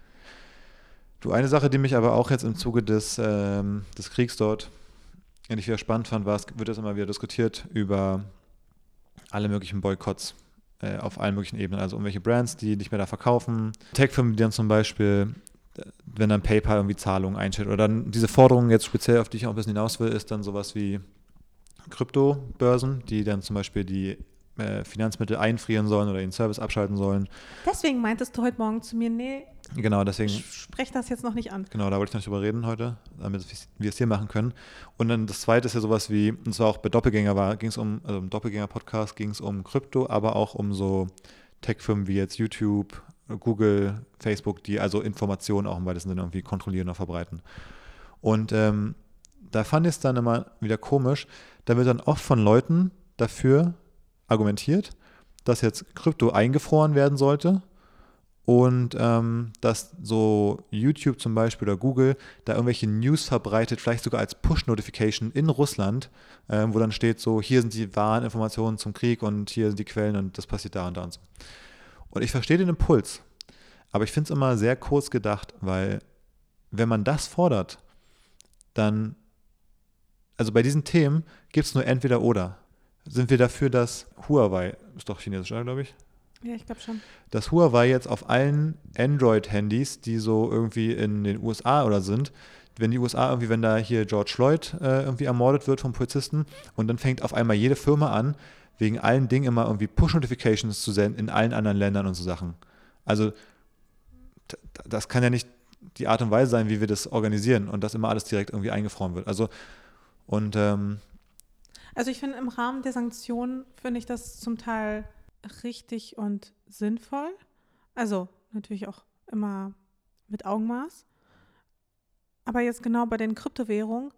Du, eine Sache, die mich aber auch jetzt im Zuge des, ähm, des Kriegs dort endlich wieder spannend fand, war, es wird jetzt immer wieder diskutiert über alle möglichen Boykotts äh, auf allen möglichen Ebenen. Also irgendwelche Brands, die nicht mehr da verkaufen, Tech-Firmen, die dann zum Beispiel, wenn dann PayPal irgendwie Zahlungen einstellt oder dann diese Forderung jetzt speziell, auf die ich auch ein bisschen hinaus will, ist dann sowas wie Kryptobörsen, die dann zum Beispiel die äh, Finanzmittel einfrieren sollen oder den Service abschalten sollen. Deswegen meintest du heute Morgen zu mir, nee, Genau, deswegen. sprech das jetzt noch nicht an. Genau, da wollte ich noch drüber reden heute, damit wir es hier machen können. Und dann das zweite ist ja sowas wie, und zwar auch bei Doppelgänger war, ging es um, also im Doppelgänger-Podcast ging es um Krypto, aber auch um so Tech-Firmen wie jetzt YouTube, Google, Facebook, die also Informationen auch im weitesten Sinne irgendwie kontrollieren oder verbreiten. Und ähm, da fand ich es dann immer wieder komisch, da wird dann oft von Leuten dafür argumentiert, dass jetzt Krypto eingefroren werden sollte und ähm, dass so YouTube zum Beispiel oder Google da irgendwelche News verbreitet, vielleicht sogar als Push-Notification in Russland, äh, wo dann steht so, hier sind die wahren Informationen zum Krieg und hier sind die Quellen und das passiert da und da und so. Und ich verstehe den Impuls, aber ich finde es immer sehr kurz gedacht, weil wenn man das fordert, dann, also bei diesen Themen gibt es nur entweder oder. Sind wir dafür, dass Huawei, ist doch chinesisch, glaube ich, Ja, ich glaube schon. dass Huawei jetzt auf allen Android-Handys, die so irgendwie in den U S A oder sind, wenn die U S A irgendwie, wenn da hier George Floyd äh, irgendwie ermordet wird vom Polizisten und dann fängt auf einmal jede Firma an, wegen allen Dingen immer irgendwie Push-Notifications zu senden in allen anderen Ländern und so Sachen. Also t- das kann ja nicht die Art und Weise sein, wie wir das organisieren und dass immer alles direkt irgendwie eingefroren wird. Also und ähm, Also ich finde, im Rahmen der Sanktionen finde ich das zum Teil richtig und sinnvoll. Also natürlich auch immer mit Augenmaß. Aber jetzt genau bei den Kryptowährungen,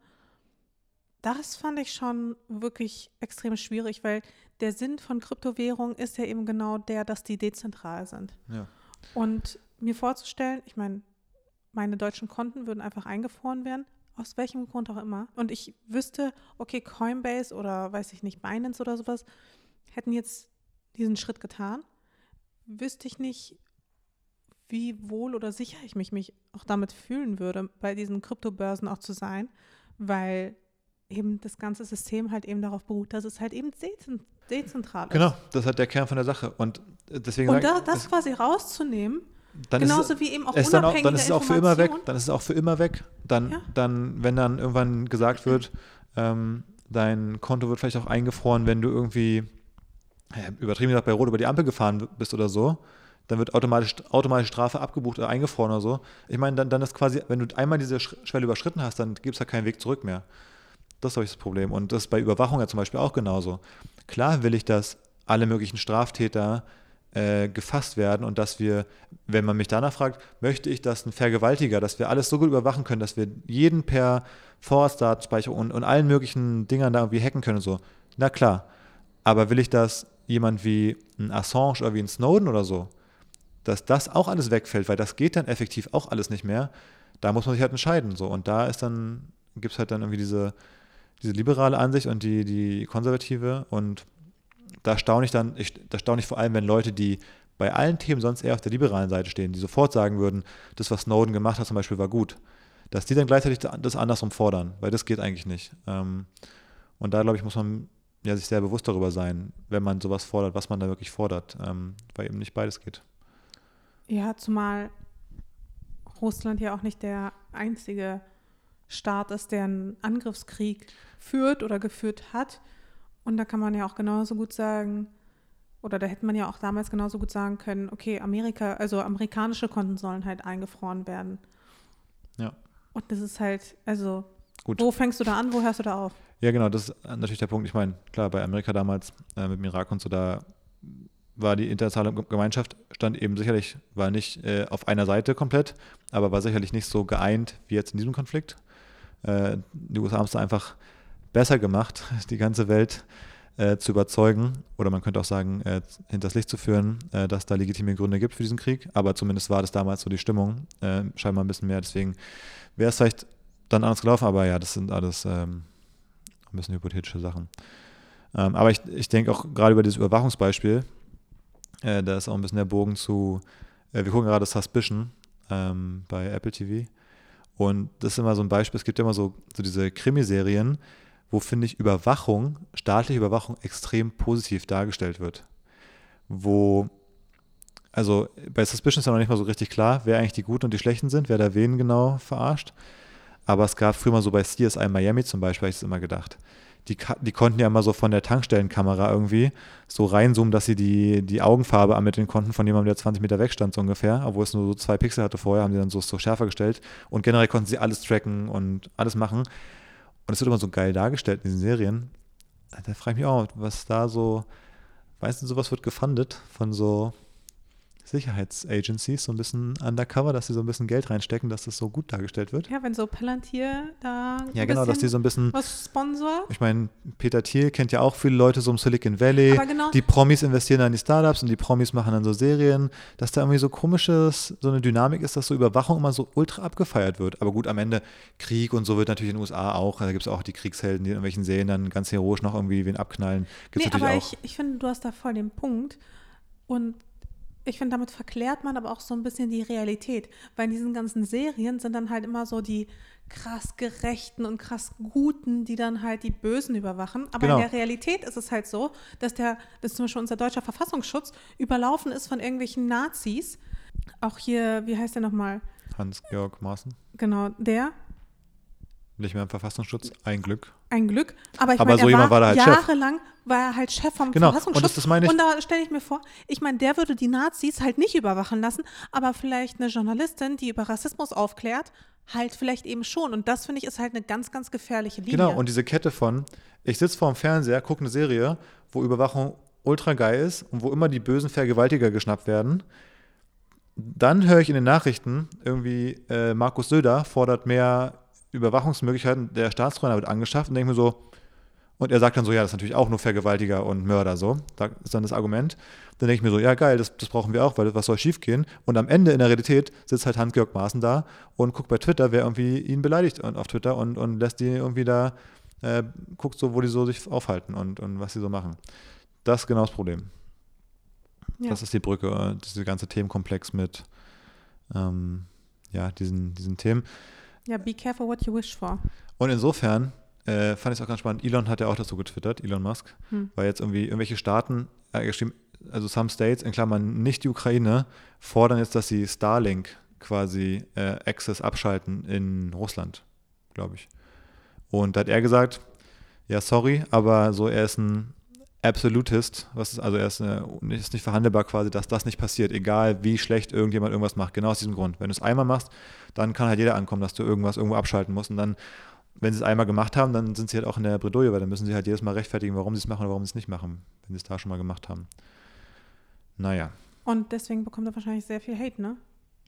das fand ich schon wirklich extrem schwierig, weil der Sinn von Kryptowährungen ist ja eben genau der, dass die dezentral sind. ja. Und mir vorzustellen, ich meine, meine deutschen Konten würden einfach eingefroren werden, aus welchem Grund auch immer. Und ich wüsste, okay, Coinbase oder weiß ich nicht, Binance oder sowas, hätten jetzt diesen Schritt getan, wüsste ich nicht, wie wohl oder sicher ich mich, mich auch damit fühlen würde, bei diesen Kryptobörsen auch zu sein, weil eben das ganze System halt eben darauf beruht, dass es halt eben dezent- dezentral ist. Genau, das ist halt der Kern von der Sache. Und deswegen Und sage da, ich, das quasi rauszunehmen, dann genauso ist wie eben auch es dann auch, unabhängige dann ist es auch für immer weg. Informationen. Dann ist es auch für immer weg. Dann, Ja. dann wenn dann irgendwann gesagt wird, ähm, dein Konto wird vielleicht auch eingefroren, wenn du irgendwie, ja, übertrieben gesagt, bei Rot über die Ampel gefahren bist oder so, dann wird automatisch, automatisch Strafe abgebucht oder eingefroren oder so. Ich meine, dann, dann ist quasi, wenn du einmal diese Schwelle überschritten hast, dann gibt es ja keinen Weg zurück mehr. Das ist, glaube ich, das Problem. Und das ist bei Überwachung ja zum Beispiel auch genauso. Klar will ich, dass alle möglichen Straftäter äh, gefasst werden und dass wir, wenn man mich danach fragt, möchte ich, dass ein Vergewaltiger, dass wir alles so gut überwachen können, dass wir jeden per Vorratsdatenspeicherung und, und allen möglichen Dingern da irgendwie hacken können und so. Na klar. Aber will ich, dass jemand wie ein Assange oder wie ein Snowden oder so, dass das auch alles wegfällt, weil das geht dann effektiv auch alles nicht mehr, da muss man sich halt entscheiden. So. Und da ist dann, gibt es halt dann irgendwie diese, diese liberale Ansicht und die, die konservative. Und da staune ich dann, ich, da staune ich vor allem, wenn Leute, die bei allen Themen sonst eher auf der liberalen Seite stehen, die sofort sagen würden, das, was Snowden gemacht hat zum Beispiel, war gut. dass die dann gleichzeitig das andersrum fordern, weil das geht eigentlich nicht. Ähm, und da, glaube ich, muss man ja sich sehr bewusst darüber sein, wenn man sowas fordert, was man da wirklich fordert, ähm, weil eben nicht beides geht. Ja, zumal Russland ja auch nicht der einzige Staat ist, der einen Angriffskrieg führt oder geführt hat. Und da kann man ja auch genauso gut sagen, oder da hätte man ja auch damals genauso gut sagen können, okay, Amerika, also amerikanische Konten sollen halt eingefroren werden. Ja. Und das ist halt, also, Gut. Wo fängst du da an, wo hörst du da auf? Ja, genau, das ist natürlich der Punkt. Ich meine, klar, bei Amerika damals äh, mit dem Irak und so, da war die internationale Gemeinschaft, stand eben sicherlich, war nicht äh, auf einer Seite komplett, aber war sicherlich nicht so geeint wie jetzt in diesem Konflikt. Äh, die U S A haben es da einfach besser gemacht, die ganze Welt äh, zu überzeugen, oder man könnte auch sagen, äh, hinters Licht zu führen, äh, dass da legitime Gründe gibt für diesen Krieg, aber zumindest war das damals so die Stimmung, äh, scheinbar ein bisschen mehr, deswegen wäre es vielleicht dann anders gelaufen, aber ja, das sind alles ähm, ein bisschen hypothetische Sachen. Ähm, aber ich, ich denke auch gerade über dieses Überwachungsbeispiel, äh, da ist auch ein bisschen der Bogen zu, äh, wir gucken gerade Suspicion ähm, bei Apple T V, und das ist immer so ein Beispiel, es gibt ja immer so, so diese Krimiserien, wo, finde ich, Überwachung, staatliche Überwachung extrem positiv dargestellt wird. Wo, also bei Suspicion ist ja noch nicht mal so richtig klar, wer eigentlich die Guten und die Schlechten sind, wer da wen genau verarscht. Aber es gab früher mal so bei C S I Miami zum Beispiel, habe ich es immer gedacht. Die, die konnten ja immer so von der Tankstellenkamera irgendwie so reinzoomen, dass sie die, die Augenfarbe ermitteln konnten von jemandem, der zwanzig Meter weg stand so ungefähr, obwohl es nur so zwei Pixel hatte vorher, haben sie dann so, so schärfer gestellt. Und generell konnten sie alles tracken und alles machen. Und es wird immer so geil dargestellt in diesen Serien. Da frage ich mich auch, was da so, weißt du, sowas wird gefundet von so Sicherheitsagencies, so ein bisschen undercover, dass sie so ein bisschen Geld reinstecken, dass das so gut dargestellt wird. Ja, wenn so Palantir da Ja, genau, dass die so ein bisschen was sponsort. Ich meine, Peter Thiel kennt ja auch viele Leute so im Silicon Valley. Aber genau. Die Promis investieren dann in die Startups und die Promis machen dann so Serien, dass da irgendwie so komisches, so eine Dynamik ist, dass so Überwachung immer so ultra abgefeiert wird. Aber gut, am Ende Krieg und so wird natürlich in den U S A auch. Da gibt es auch die Kriegshelden, die in irgendwelchen Serien dann ganz heroisch noch irgendwie wen abknallen. Gibt's Nee, natürlich aber auch. ich, ich finde, du hast da voll den Punkt. Und ich finde, damit verklärt man aber auch so ein bisschen die Realität. Weil in diesen ganzen Serien sind dann halt immer so die krass Gerechten und krass Guten, die dann halt die Bösen überwachen. Aber Genau. in der Realität ist es halt so, dass der, dass zum Beispiel unser deutscher Verfassungsschutz überlaufen ist von irgendwelchen Nazis. Auch hier, wie heißt der nochmal? Hans-Georg Maaßen. Genau, der. Nicht mehr im Verfassungsschutz, ein Glück. Ein Glück. Aber ich Aber meine, so er jemand war, war da halt Chef. jahrelang war er halt Chef vom Genau, Verfassungsschutz. und das, das meine ich. Und da stelle ich mir vor, ich meine, der würde die Nazis halt nicht überwachen lassen, aber vielleicht eine Journalistin, die über Rassismus aufklärt, halt vielleicht eben schon. Und das, finde ich, ist halt eine ganz, ganz gefährliche Linie. Genau, und diese Kette von, ich sitze vor dem Fernseher, gucke eine Serie, wo Überwachung ultra geil ist und wo immer die bösen Vergewaltiger geschnappt werden. Dann höre ich in den Nachrichten irgendwie, äh, Markus Söder fordert mehr Überwachungsmöglichkeiten, der Staatstrojaner wird angeschafft, und denke mir so, und er sagt dann so, ja, das ist natürlich auch nur Vergewaltiger und Mörder, so, das ist dann das Argument. Dann denke ich mir so, ja geil, das, das brauchen wir auch, weil was soll schief gehen? Und am Ende in der Realität sitzt halt Hans-Georg Maaßen da und guckt bei Twitter, wer irgendwie ihn beleidigt und auf Twitter und, und lässt die irgendwie da, äh, guckt so, wo die so sich aufhalten und, und was sie so machen. Das ist genau das Problem. Ja. Das ist die Brücke, dieser ganze Themenkomplex mit ähm, ja, diesen, diesen Themen. Ja, be careful what you wish for. Und insofern äh, fand ich es auch ganz spannend. Elon hat ja auch dazu getwittert, Elon Musk, hm. weil jetzt irgendwie irgendwelche Staaten, äh, geschrieben, also some states, in Klammern nicht die Ukraine, fordern jetzt, dass sie Starlink quasi äh, Access abschalten in Russland, glaube ich. Und da hat er gesagt, ja, sorry, aber so er ist ein Absolutist, was ist, also er ist, eine, ist nicht verhandelbar quasi, dass das nicht passiert, egal wie schlecht irgendjemand irgendwas macht, genau aus diesem Grund. Wenn du es einmal machst, dann kann halt jeder ankommen, dass du irgendwas irgendwo abschalten musst, und dann, wenn sie es einmal gemacht haben, dann sind sie halt auch in der Bredouille, weil dann müssen sie halt jedes Mal rechtfertigen, warum sie es machen oder warum sie es nicht machen, wenn sie es da schon mal gemacht haben. Naja. Und deswegen bekommt er wahrscheinlich sehr viel Hate, ne?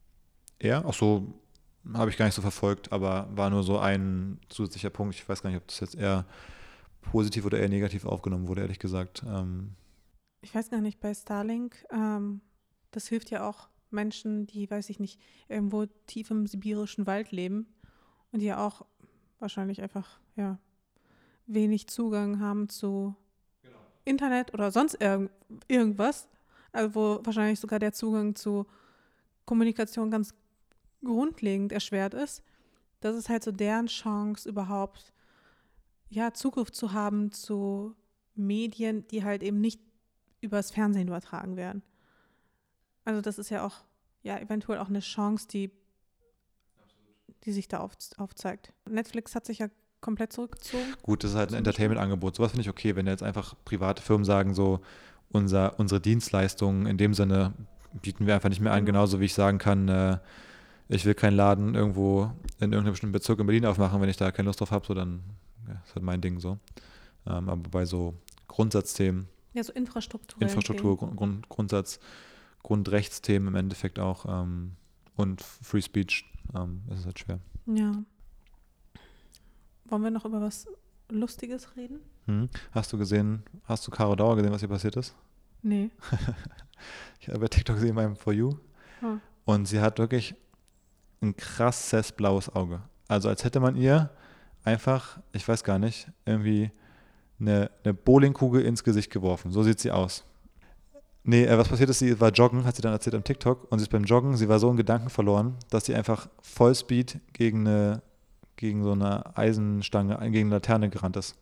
Ja, auch so habe ich gar nicht so verfolgt, aber war nur so ein zusätzlicher Punkt. Ich weiß gar nicht, ob das jetzt eher positiv oder eher negativ aufgenommen wurde, ehrlich gesagt. Ähm ich weiß gar nicht, bei Starlink, ähm, das hilft ja auch Menschen, die, weiß ich nicht, irgendwo tief im sibirischen Wald leben und die ja auch wahrscheinlich einfach, ja, wenig Zugang haben zu genau. Internet oder sonst irg- irgendwas, also wo wahrscheinlich sogar der Zugang zu Kommunikation ganz grundlegend erschwert ist. das ist halt so deren Chance, überhaupt ja, Zugriff zu haben zu Medien, die halt eben nicht übers Fernsehen übertragen werden. Also das ist ja auch, ja, eventuell auch eine Chance, die, die sich da auf, aufzeigt. Netflix hat sich ja komplett zurückgezogen. Gut, das ist halt ein Entertainment-Angebot. Sowas finde ich okay, wenn jetzt einfach private Firmen sagen, so unser, unsere Dienstleistungen in dem Sinne bieten wir einfach nicht mehr an, Genau. genauso wie ich sagen kann, äh, ich will keinen Laden irgendwo in irgendeinem bestimmten Bezirk in Berlin aufmachen, wenn ich da keine Lust drauf habe, so dann ja, ist halt mein Ding so. Ähm, aber bei so Grundsatzthemen, Ja, so Infrastruktur. Infrastruktur, Grund, Grund, Grundsatz, Grundrechtsthemen im Endeffekt auch ähm, und Free Speech, ähm, ist es halt schwer. Ja. Wollen wir noch über was Lustiges reden? Hm. Hast du gesehen, hast du Caro Dauer gesehen, was hier passiert ist? Nee. Ich habe bei TikTok gesehen in meinem For You Hm. und sie hat wirklich ein krasses blaues Auge. Also als hätte man ihr einfach, ich weiß gar nicht, irgendwie eine, eine Bowlingkugel ins Gesicht geworfen. So sieht sie aus. Nee, äh, was passiert ist, sie war joggen, hat sie dann erzählt am TikTok und sie ist beim Joggen, sie war so in Gedanken verloren, dass sie einfach Vollspeed gegen eine, gegen so eine Eisenstange, gegen eine Laterne gerannt ist.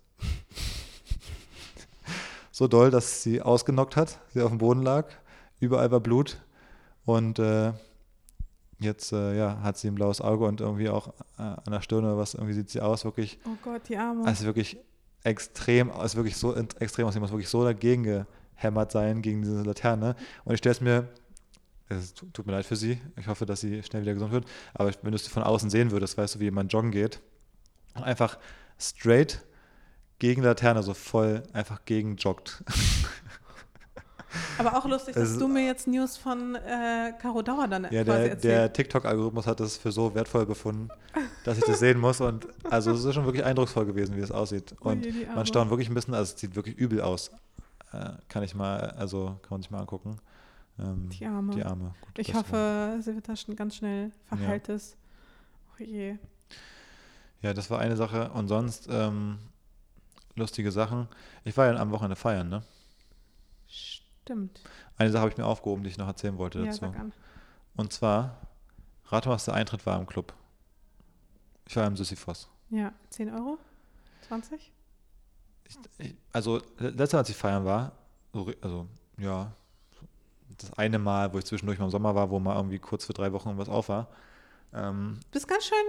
So doll, dass sie ausgenockt hat, sie auf dem Boden lag, überall war Blut und äh, jetzt äh, ja, hat sie ein blaues Auge und irgendwie auch äh, an der Stirn oder was, irgendwie sieht sie aus, wirklich, Oh Gott, die Arme. also wirklich extrem, also wirklich so extrem aus, sie muss wirklich so dagegen gehämmert sein, gegen diese Laterne und ich stelle es mir, es tut mir leid für sie, ich hoffe, dass sie schnell wieder gesund wird, aber wenn du es von außen sehen würdest, weißt du, wie jemand joggen geht und einfach straight gegen Laterne, so voll einfach gegen joggt. Aber auch lustig, dass Es- du mir jetzt News von äh, Caro Dauer dann Ja, quasi der, erzählst. der TikTok-Algorithmus hat das für so wertvoll befunden, dass ich das sehen muss. Und also es ist schon wirklich eindrucksvoll gewesen, wie es aussieht. Und Oje, die Arme. man staunt wirklich ein bisschen, also es sieht wirklich übel aus. Äh, kann ich mal, also kann man sich mal angucken. Ähm, Die Arme. Die Arme. Gut, Ich das hoffe, sie wird da schon ganz schnell verheilt ist. Oh je. War, ja, das war eine Sache. Und sonst ähm, lustige Sachen. Ich war ja am Wochenende feiern, ne? Stimmt. Eine Sache habe ich mir aufgehoben, die ich noch erzählen wollte Ja, dazu. sag an. Und zwar, rate mal, was der Eintritt war im Club. Ich war im Sisyphos. Ja, zehn Euro? zwanzig? Ich, ich, also, letztes Mal, als ich feiern war, so, re- also, ja, das eine Mal, wo ich zwischendurch mal im Sommer war, wo mal irgendwie kurz für drei Wochen irgendwas auf war. Ähm, Bist ganz schön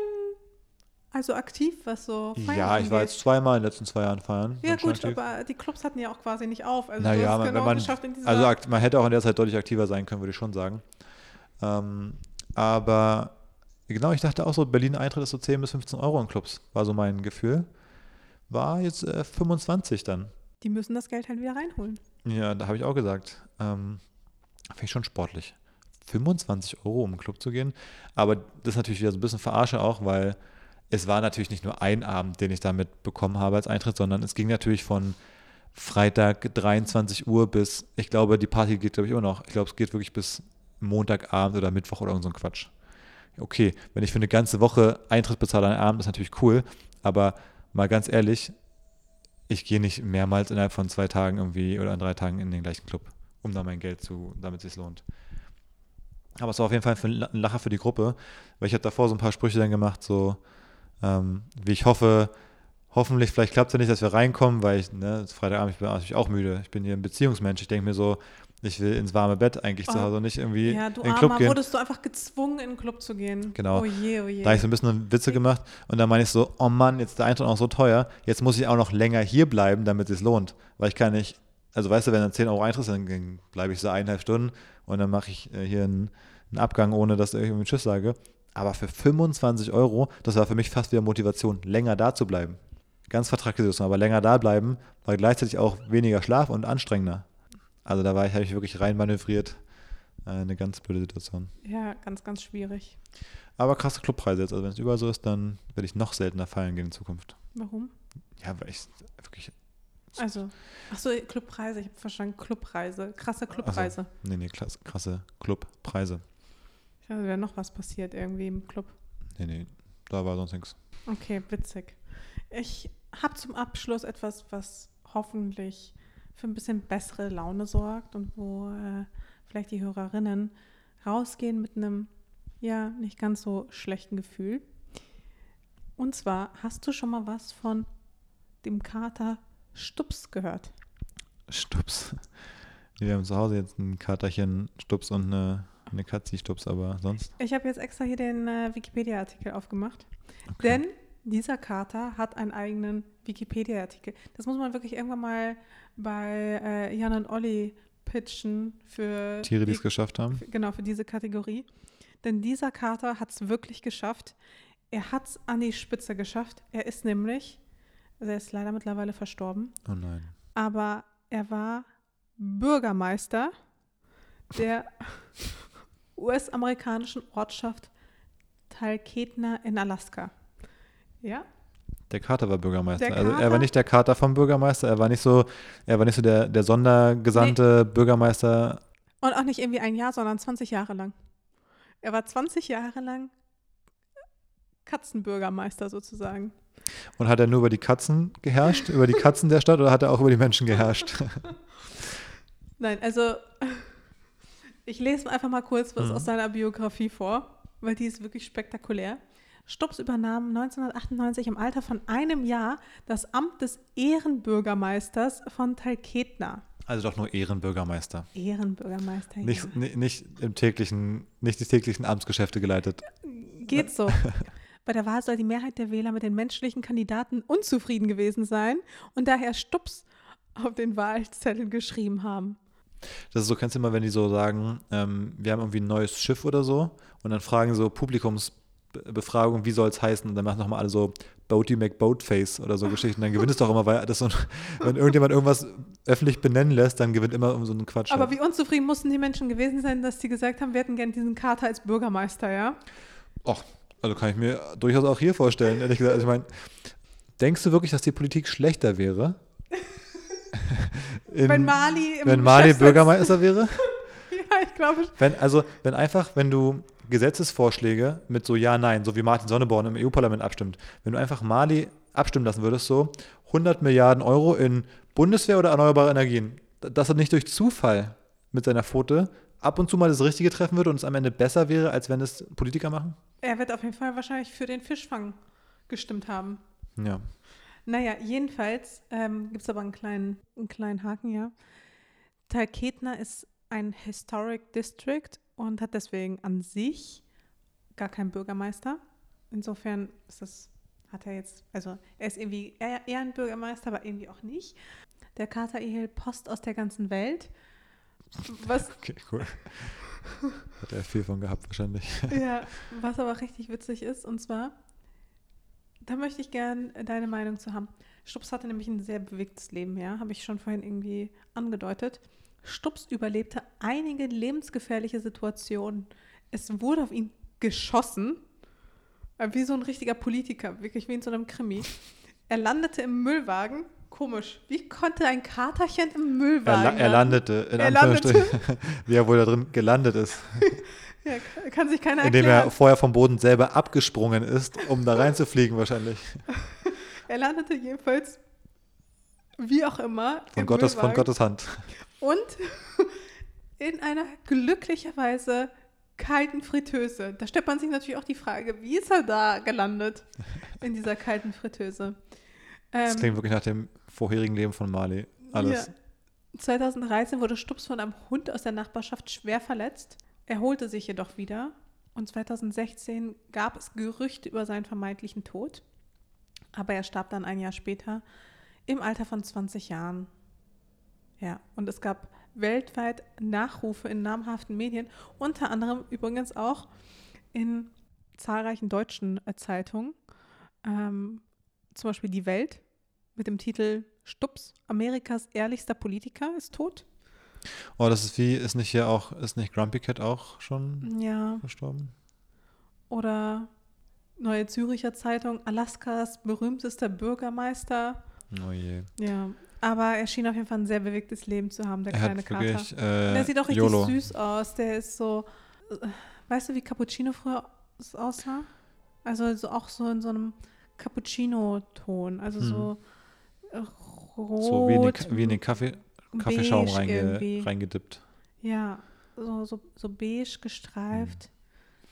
also aktiv, was so Feiern ja, ich war angeht. jetzt zweimal in den letzten zwei Jahren feiern. Ja Bin schon gut, aktiv. aber die Clubs hatten ja auch quasi nicht auf. Also du Naja, hast man- genau wenn man, geschafft in dieser... also akt- man hätte auch in der Zeit deutlich aktiver sein können, würde ich schon sagen. Ähm, aber genau, ich dachte auch so, Berlin-Eintritt ist so zehn bis fünfzehn Euro in Clubs, war so mein Gefühl. War jetzt äh, fünfundzwanzig dann. die müssen das Geld halt wieder reinholen. Ja, da habe ich auch gesagt, ähm, finde ich schon sportlich. fünfundzwanzig Euro, um in den Club zu gehen. Aber das ist natürlich wieder so ein bisschen Verarsche auch, weil es war natürlich nicht nur ein Abend, den ich damit bekommen habe als Eintritt, sondern es ging natürlich von Freitag dreiundzwanzig Uhr bis, ich glaube, die Party geht, glaube ich, immer noch. Ich glaube, es geht wirklich bis Montagabend oder Mittwoch oder irgend so ein Quatsch. Okay, wenn ich für eine ganze Woche Eintritt bezahle an einem Abend, ist natürlich cool, aber mal ganz ehrlich, ich gehe nicht mehrmals innerhalb von zwei Tagen irgendwie oder an drei Tagen in den gleichen Club, um da mein Geld zu, damit es sich lohnt. Aber es war auf jeden Fall ein Lacher für die Gruppe, weil ich habe davor so ein paar Sprüche dann gemacht, so ähm, wie ich hoffe, hoffentlich, vielleicht klappt es ja nicht, dass wir reinkommen, weil ich, ne, Freitagabend, ich bin natürlich auch müde. Ich bin hier ein Beziehungsmensch. Ich denke mir so, ich will ins warme Bett eigentlich zu Oh. Hause und nicht irgendwie Ja, du in den Club Armer, gehen. wurdest du einfach gezwungen, in den Club zu gehen. Genau. Oh je, oh je. Da habe ich so ein bisschen Witze gemacht und dann meine ich so, oh Mann, jetzt ist der Eintritt auch so teuer, jetzt muss ich auch noch länger hier bleiben, damit es sich lohnt. Weil ich kann nicht, also weißt du, wenn dann zehn Euro Eintritt ist, dann bleibe ich so eineinhalb Stunden und dann mache ich äh, hier einen, einen Abgang, ohne dass ich irgendwie Tschüss sage. Aber für fünfundzwanzig Euro, das war für mich fast wieder Motivation, länger da zu bleiben. Ganz vertragte Situation, aber länger da bleiben, war gleichzeitig auch weniger Schlaf und anstrengender. Also da war ich, habe ich wirklich rein manövriert. Äh, eine ganz blöde Situation. Ja, ganz, ganz schwierig. Aber krasse Clubpreise jetzt. Also wenn es überall so ist, dann werde ich noch seltener feiern gehen in Zukunft. Warum? Ja, weil ich wirklich. Also, achso, Clubpreise, ich habe verstanden, Clubpreise, krasse Clubpreise. Also, nee, nee, klasse, krasse Clubpreise. Ich dachte, da wäre noch was passiert irgendwie im Club. Nee, nee, da war sonst nichts. Okay, witzig. Ich habe zum Abschluss etwas, was hoffentlich für ein bisschen bessere Laune sorgt und wo äh, vielleicht die Hörerinnen rausgehen mit einem, ja, nicht ganz so schlechten Gefühl. Und zwar, hast du schon mal was von dem Kater Stups gehört? Stups. Wir haben zu Hause jetzt ein Katerchen Stups und eine, eine Katzi Stups, aber sonst? Ich habe jetzt extra hier den äh, Wikipedia-Artikel aufgemacht, Okay. denn dieser Kater hat einen eigenen Wikipedia-Artikel. Das muss man wirklich irgendwann mal bei äh, Jan und Olli pitchen für Tiere, die es die, geschafft haben. für, genau für diese Kategorie. Denn dieser Kater hat es wirklich geschafft. Er hat es an die Spitze geschafft. Er ist nämlich, also er ist leider mittlerweile verstorben, Oh nein. aber er war Bürgermeister der U S-amerikanischen Ortschaft Talkeetna in Alaska. Ja? Der Kater war Bürgermeister. Der Also er Kater- war nicht der Kater vom Bürgermeister, er war nicht so, er war nicht so der, der Sondergesandte Bürgermeister. Und auch nicht irgendwie ein Jahr, sondern zwanzig Jahre lang. Er war zwanzig Jahre lang Katzenbürgermeister sozusagen. Und hat er nur über die Katzen geherrscht, über die Katzen der Stadt, oder hat er auch über die Menschen geherrscht? Nein, also ich lese einfach mal kurz was Mhm. aus seiner Biografie vor, weil die ist wirklich spektakulär. Stups übernahm neunzehnhundertachtundneunzig im Alter von einem Jahr das Amt des Ehrenbürgermeisters von Talkeetna. Also doch nur Ehrenbürgermeister. Ehrenbürgermeister, ja. Nicht, ni- nicht im täglichen, nicht die täglichen Amtsgeschäfte geleitet. Geht so. Bei der Wahl soll die Mehrheit der Wähler mit den menschlichen Kandidaten unzufrieden gewesen sein und daher Stups auf den Wahlzettel geschrieben haben. Das ist so, kennst du immer, wenn die so sagen, ähm, wir haben irgendwie ein neues Schiff oder so und dann fragen so Publikumsbefragung, wie soll es heißen? Und dann machen nochmal alle so Boaty McBoatface oder so Geschichten. Dann gewinnt es doch immer, weil das so, wenn irgendjemand irgendwas öffentlich benennen lässt, dann gewinnt immer um so einen Quatsch. Aber halt. wie unzufrieden mussten die Menschen gewesen sein, dass sie gesagt haben, wir hätten gern diesen Kater als Bürgermeister, ja? Och, also kann ich mir durchaus auch hier vorstellen, ehrlich gesagt. Also ich meine, denkst du wirklich, dass die Politik schlechter wäre? In, wenn Mali im wenn Mali Geschäftssitz- Bürgermeister wäre? Ja, ich glaube. Wenn, also, wenn einfach, wenn du Gesetzesvorschläge mit so Ja, Nein, so wie Martin Sonneborn im E U-Parlament abstimmt, wenn du einfach Mali abstimmen lassen würdest, so hundert Milliarden Euro in Bundeswehr oder erneuerbare Energien, dass er nicht durch Zufall mit seiner Pfote ab und zu mal das Richtige treffen würde und es am Ende besser wäre, als wenn es Politiker machen? Er wird auf jeden Fall wahrscheinlich für den Fischfang gestimmt haben. Ja. Naja, jedenfalls ähm, gibt es aber einen kleinen, einen kleinen Haken, ja. Talkeetna ist ein Historic District und hat deswegen an sich gar keinen Bürgermeister. Insofern ist das, hat er jetzt, also er ist irgendwie eher, eher ein Bürgermeister, aber irgendwie auch nicht. Der Kater erhielt Post aus der ganzen Welt. Was, Okay, cool. Hat er viel von gehabt wahrscheinlich. ja, was aber richtig witzig ist, und zwar, da möchte ich gern deine Meinung zu haben. Stups hatte nämlich ein sehr bewegtes Leben, ja, habe ich schon vorhin irgendwie angedeutet. Stups überlebte einige lebensgefährliche Situationen. Es wurde auf ihn geschossen, äh, wie so ein richtiger Politiker, wirklich wie in so einem Krimi. Er landete im Müllwagen. Komisch. Wie konnte ein Katerchen im Er, Müllwagen la- er landete, in Er Anführungsstrichen, wie er wohl da drin gelandet ist. Ja, kann sich keiner Indem erklären. er vorher vom Boden selber abgesprungen ist, um da reinzufliegen wahrscheinlich. Er landete jedenfalls, wie auch immer, Von im Gottes, von Müllwagen Gottes Hand. und in einer glücklicherweise kalten Fritteuse. Da stellt man sich natürlich auch die Frage, wie ist er da gelandet in dieser kalten Fritteuse? Das Ähm, klingt wirklich nach dem vorherigen Leben von Mali. Alles. Ja. zweitausenddreizehn wurde Stups von einem Hund aus der Nachbarschaft schwer verletzt. Er holte sich jedoch wieder und zweitausendsechzehn gab es Gerüchte über seinen vermeintlichen Tod. Aber er starb dann ein Jahr später im Alter von zwanzig Jahren. Ja, und es gab weltweit Nachrufe in namhaften Medien, unter anderem übrigens auch in zahlreichen deutschen äh, Zeitungen. Ähm, zum Beispiel Die Welt mit dem Titel Stups, Amerikas ehrlichster Politiker, ist tot. Oh, das ist wie, ist nicht hier auch, ist nicht Grumpy Cat auch schon Ja, verstorben? oder Neue Züricher Zeitung, Alaskas berühmtester Bürgermeister. Oh je. Ja, aber er schien auf jeden Fall ein sehr bewegtes Leben zu haben, der Er kleine hat Kater. wirklich, äh, Der sieht auch richtig YOLO. süß aus. Der ist so, äh, weißt du, wie Cappuccino früher s- aussah? Also so, auch so in so einem Cappuccino-Ton. Also Hm. so äh, rot, So wie in den, Ka- wie in den Kaffee, Kaffeeschaum beige irgendwie. reinge, reingedippt. Ja, so, so, so beige gestreift.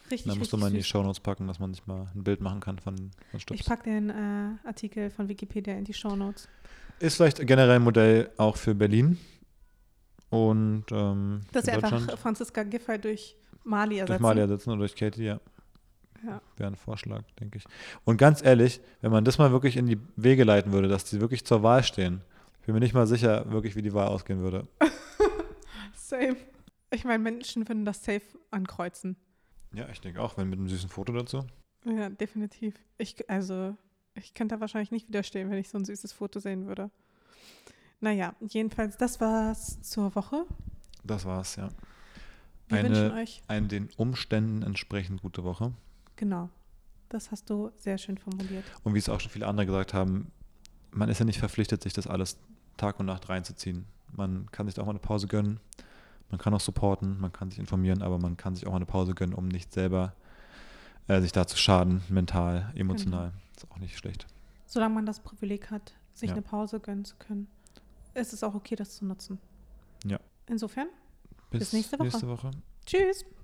Richtig, Dann musst richtig du mal in die süß. Shownotes packen, dass man sich mal ein Bild machen kann von, von Stups. Ich packe den äh, Artikel von Wikipedia in die Shownotes. Ist vielleicht generell ein Modell auch für Berlin und ähm, Dass für sie Deutschland. einfach Franziska Giffey durch Mali ersetzen. Durch Mali ersetzen oder durch Katie, ja. Ja. Wäre ein Vorschlag, denke ich. Und ganz ehrlich, wenn man das mal wirklich in die Wege leiten würde, dass die wirklich zur Wahl stehen, ich bin mir nicht mal sicher, wirklich, wie die Wahl ausgehen würde. Same. Ich meine, Menschen würden das safe ankreuzen. Ja, ich denke auch, wenn mit einem süßen Foto dazu. Ja, definitiv. Ich, also, ich könnte da wahrscheinlich nicht widerstehen, wenn ich so ein süßes Foto sehen würde. Naja, jedenfalls, das war's zur Woche. Das war's, ja. Wir eine, wünschen euch, eine den Umständen entsprechend gute Woche. genau, das hast du sehr schön formuliert. Und wie es auch schon viele andere gesagt haben, man ist ja nicht verpflichtet, sich das alles Tag und Nacht reinzuziehen. Man kann sich da auch mal eine Pause gönnen. Man kann auch supporten, man kann sich informieren, aber man kann sich auch mal eine Pause gönnen, um nicht selber äh, sich da zu schaden, mental, emotional. Genau. Ist auch nicht schlecht. Solange man das Privileg hat, sich ja. eine Pause gönnen zu können, ist es auch okay, das zu nutzen. Ja. Insofern, bis, bis nächste Woche. nächste Woche. Tschüss.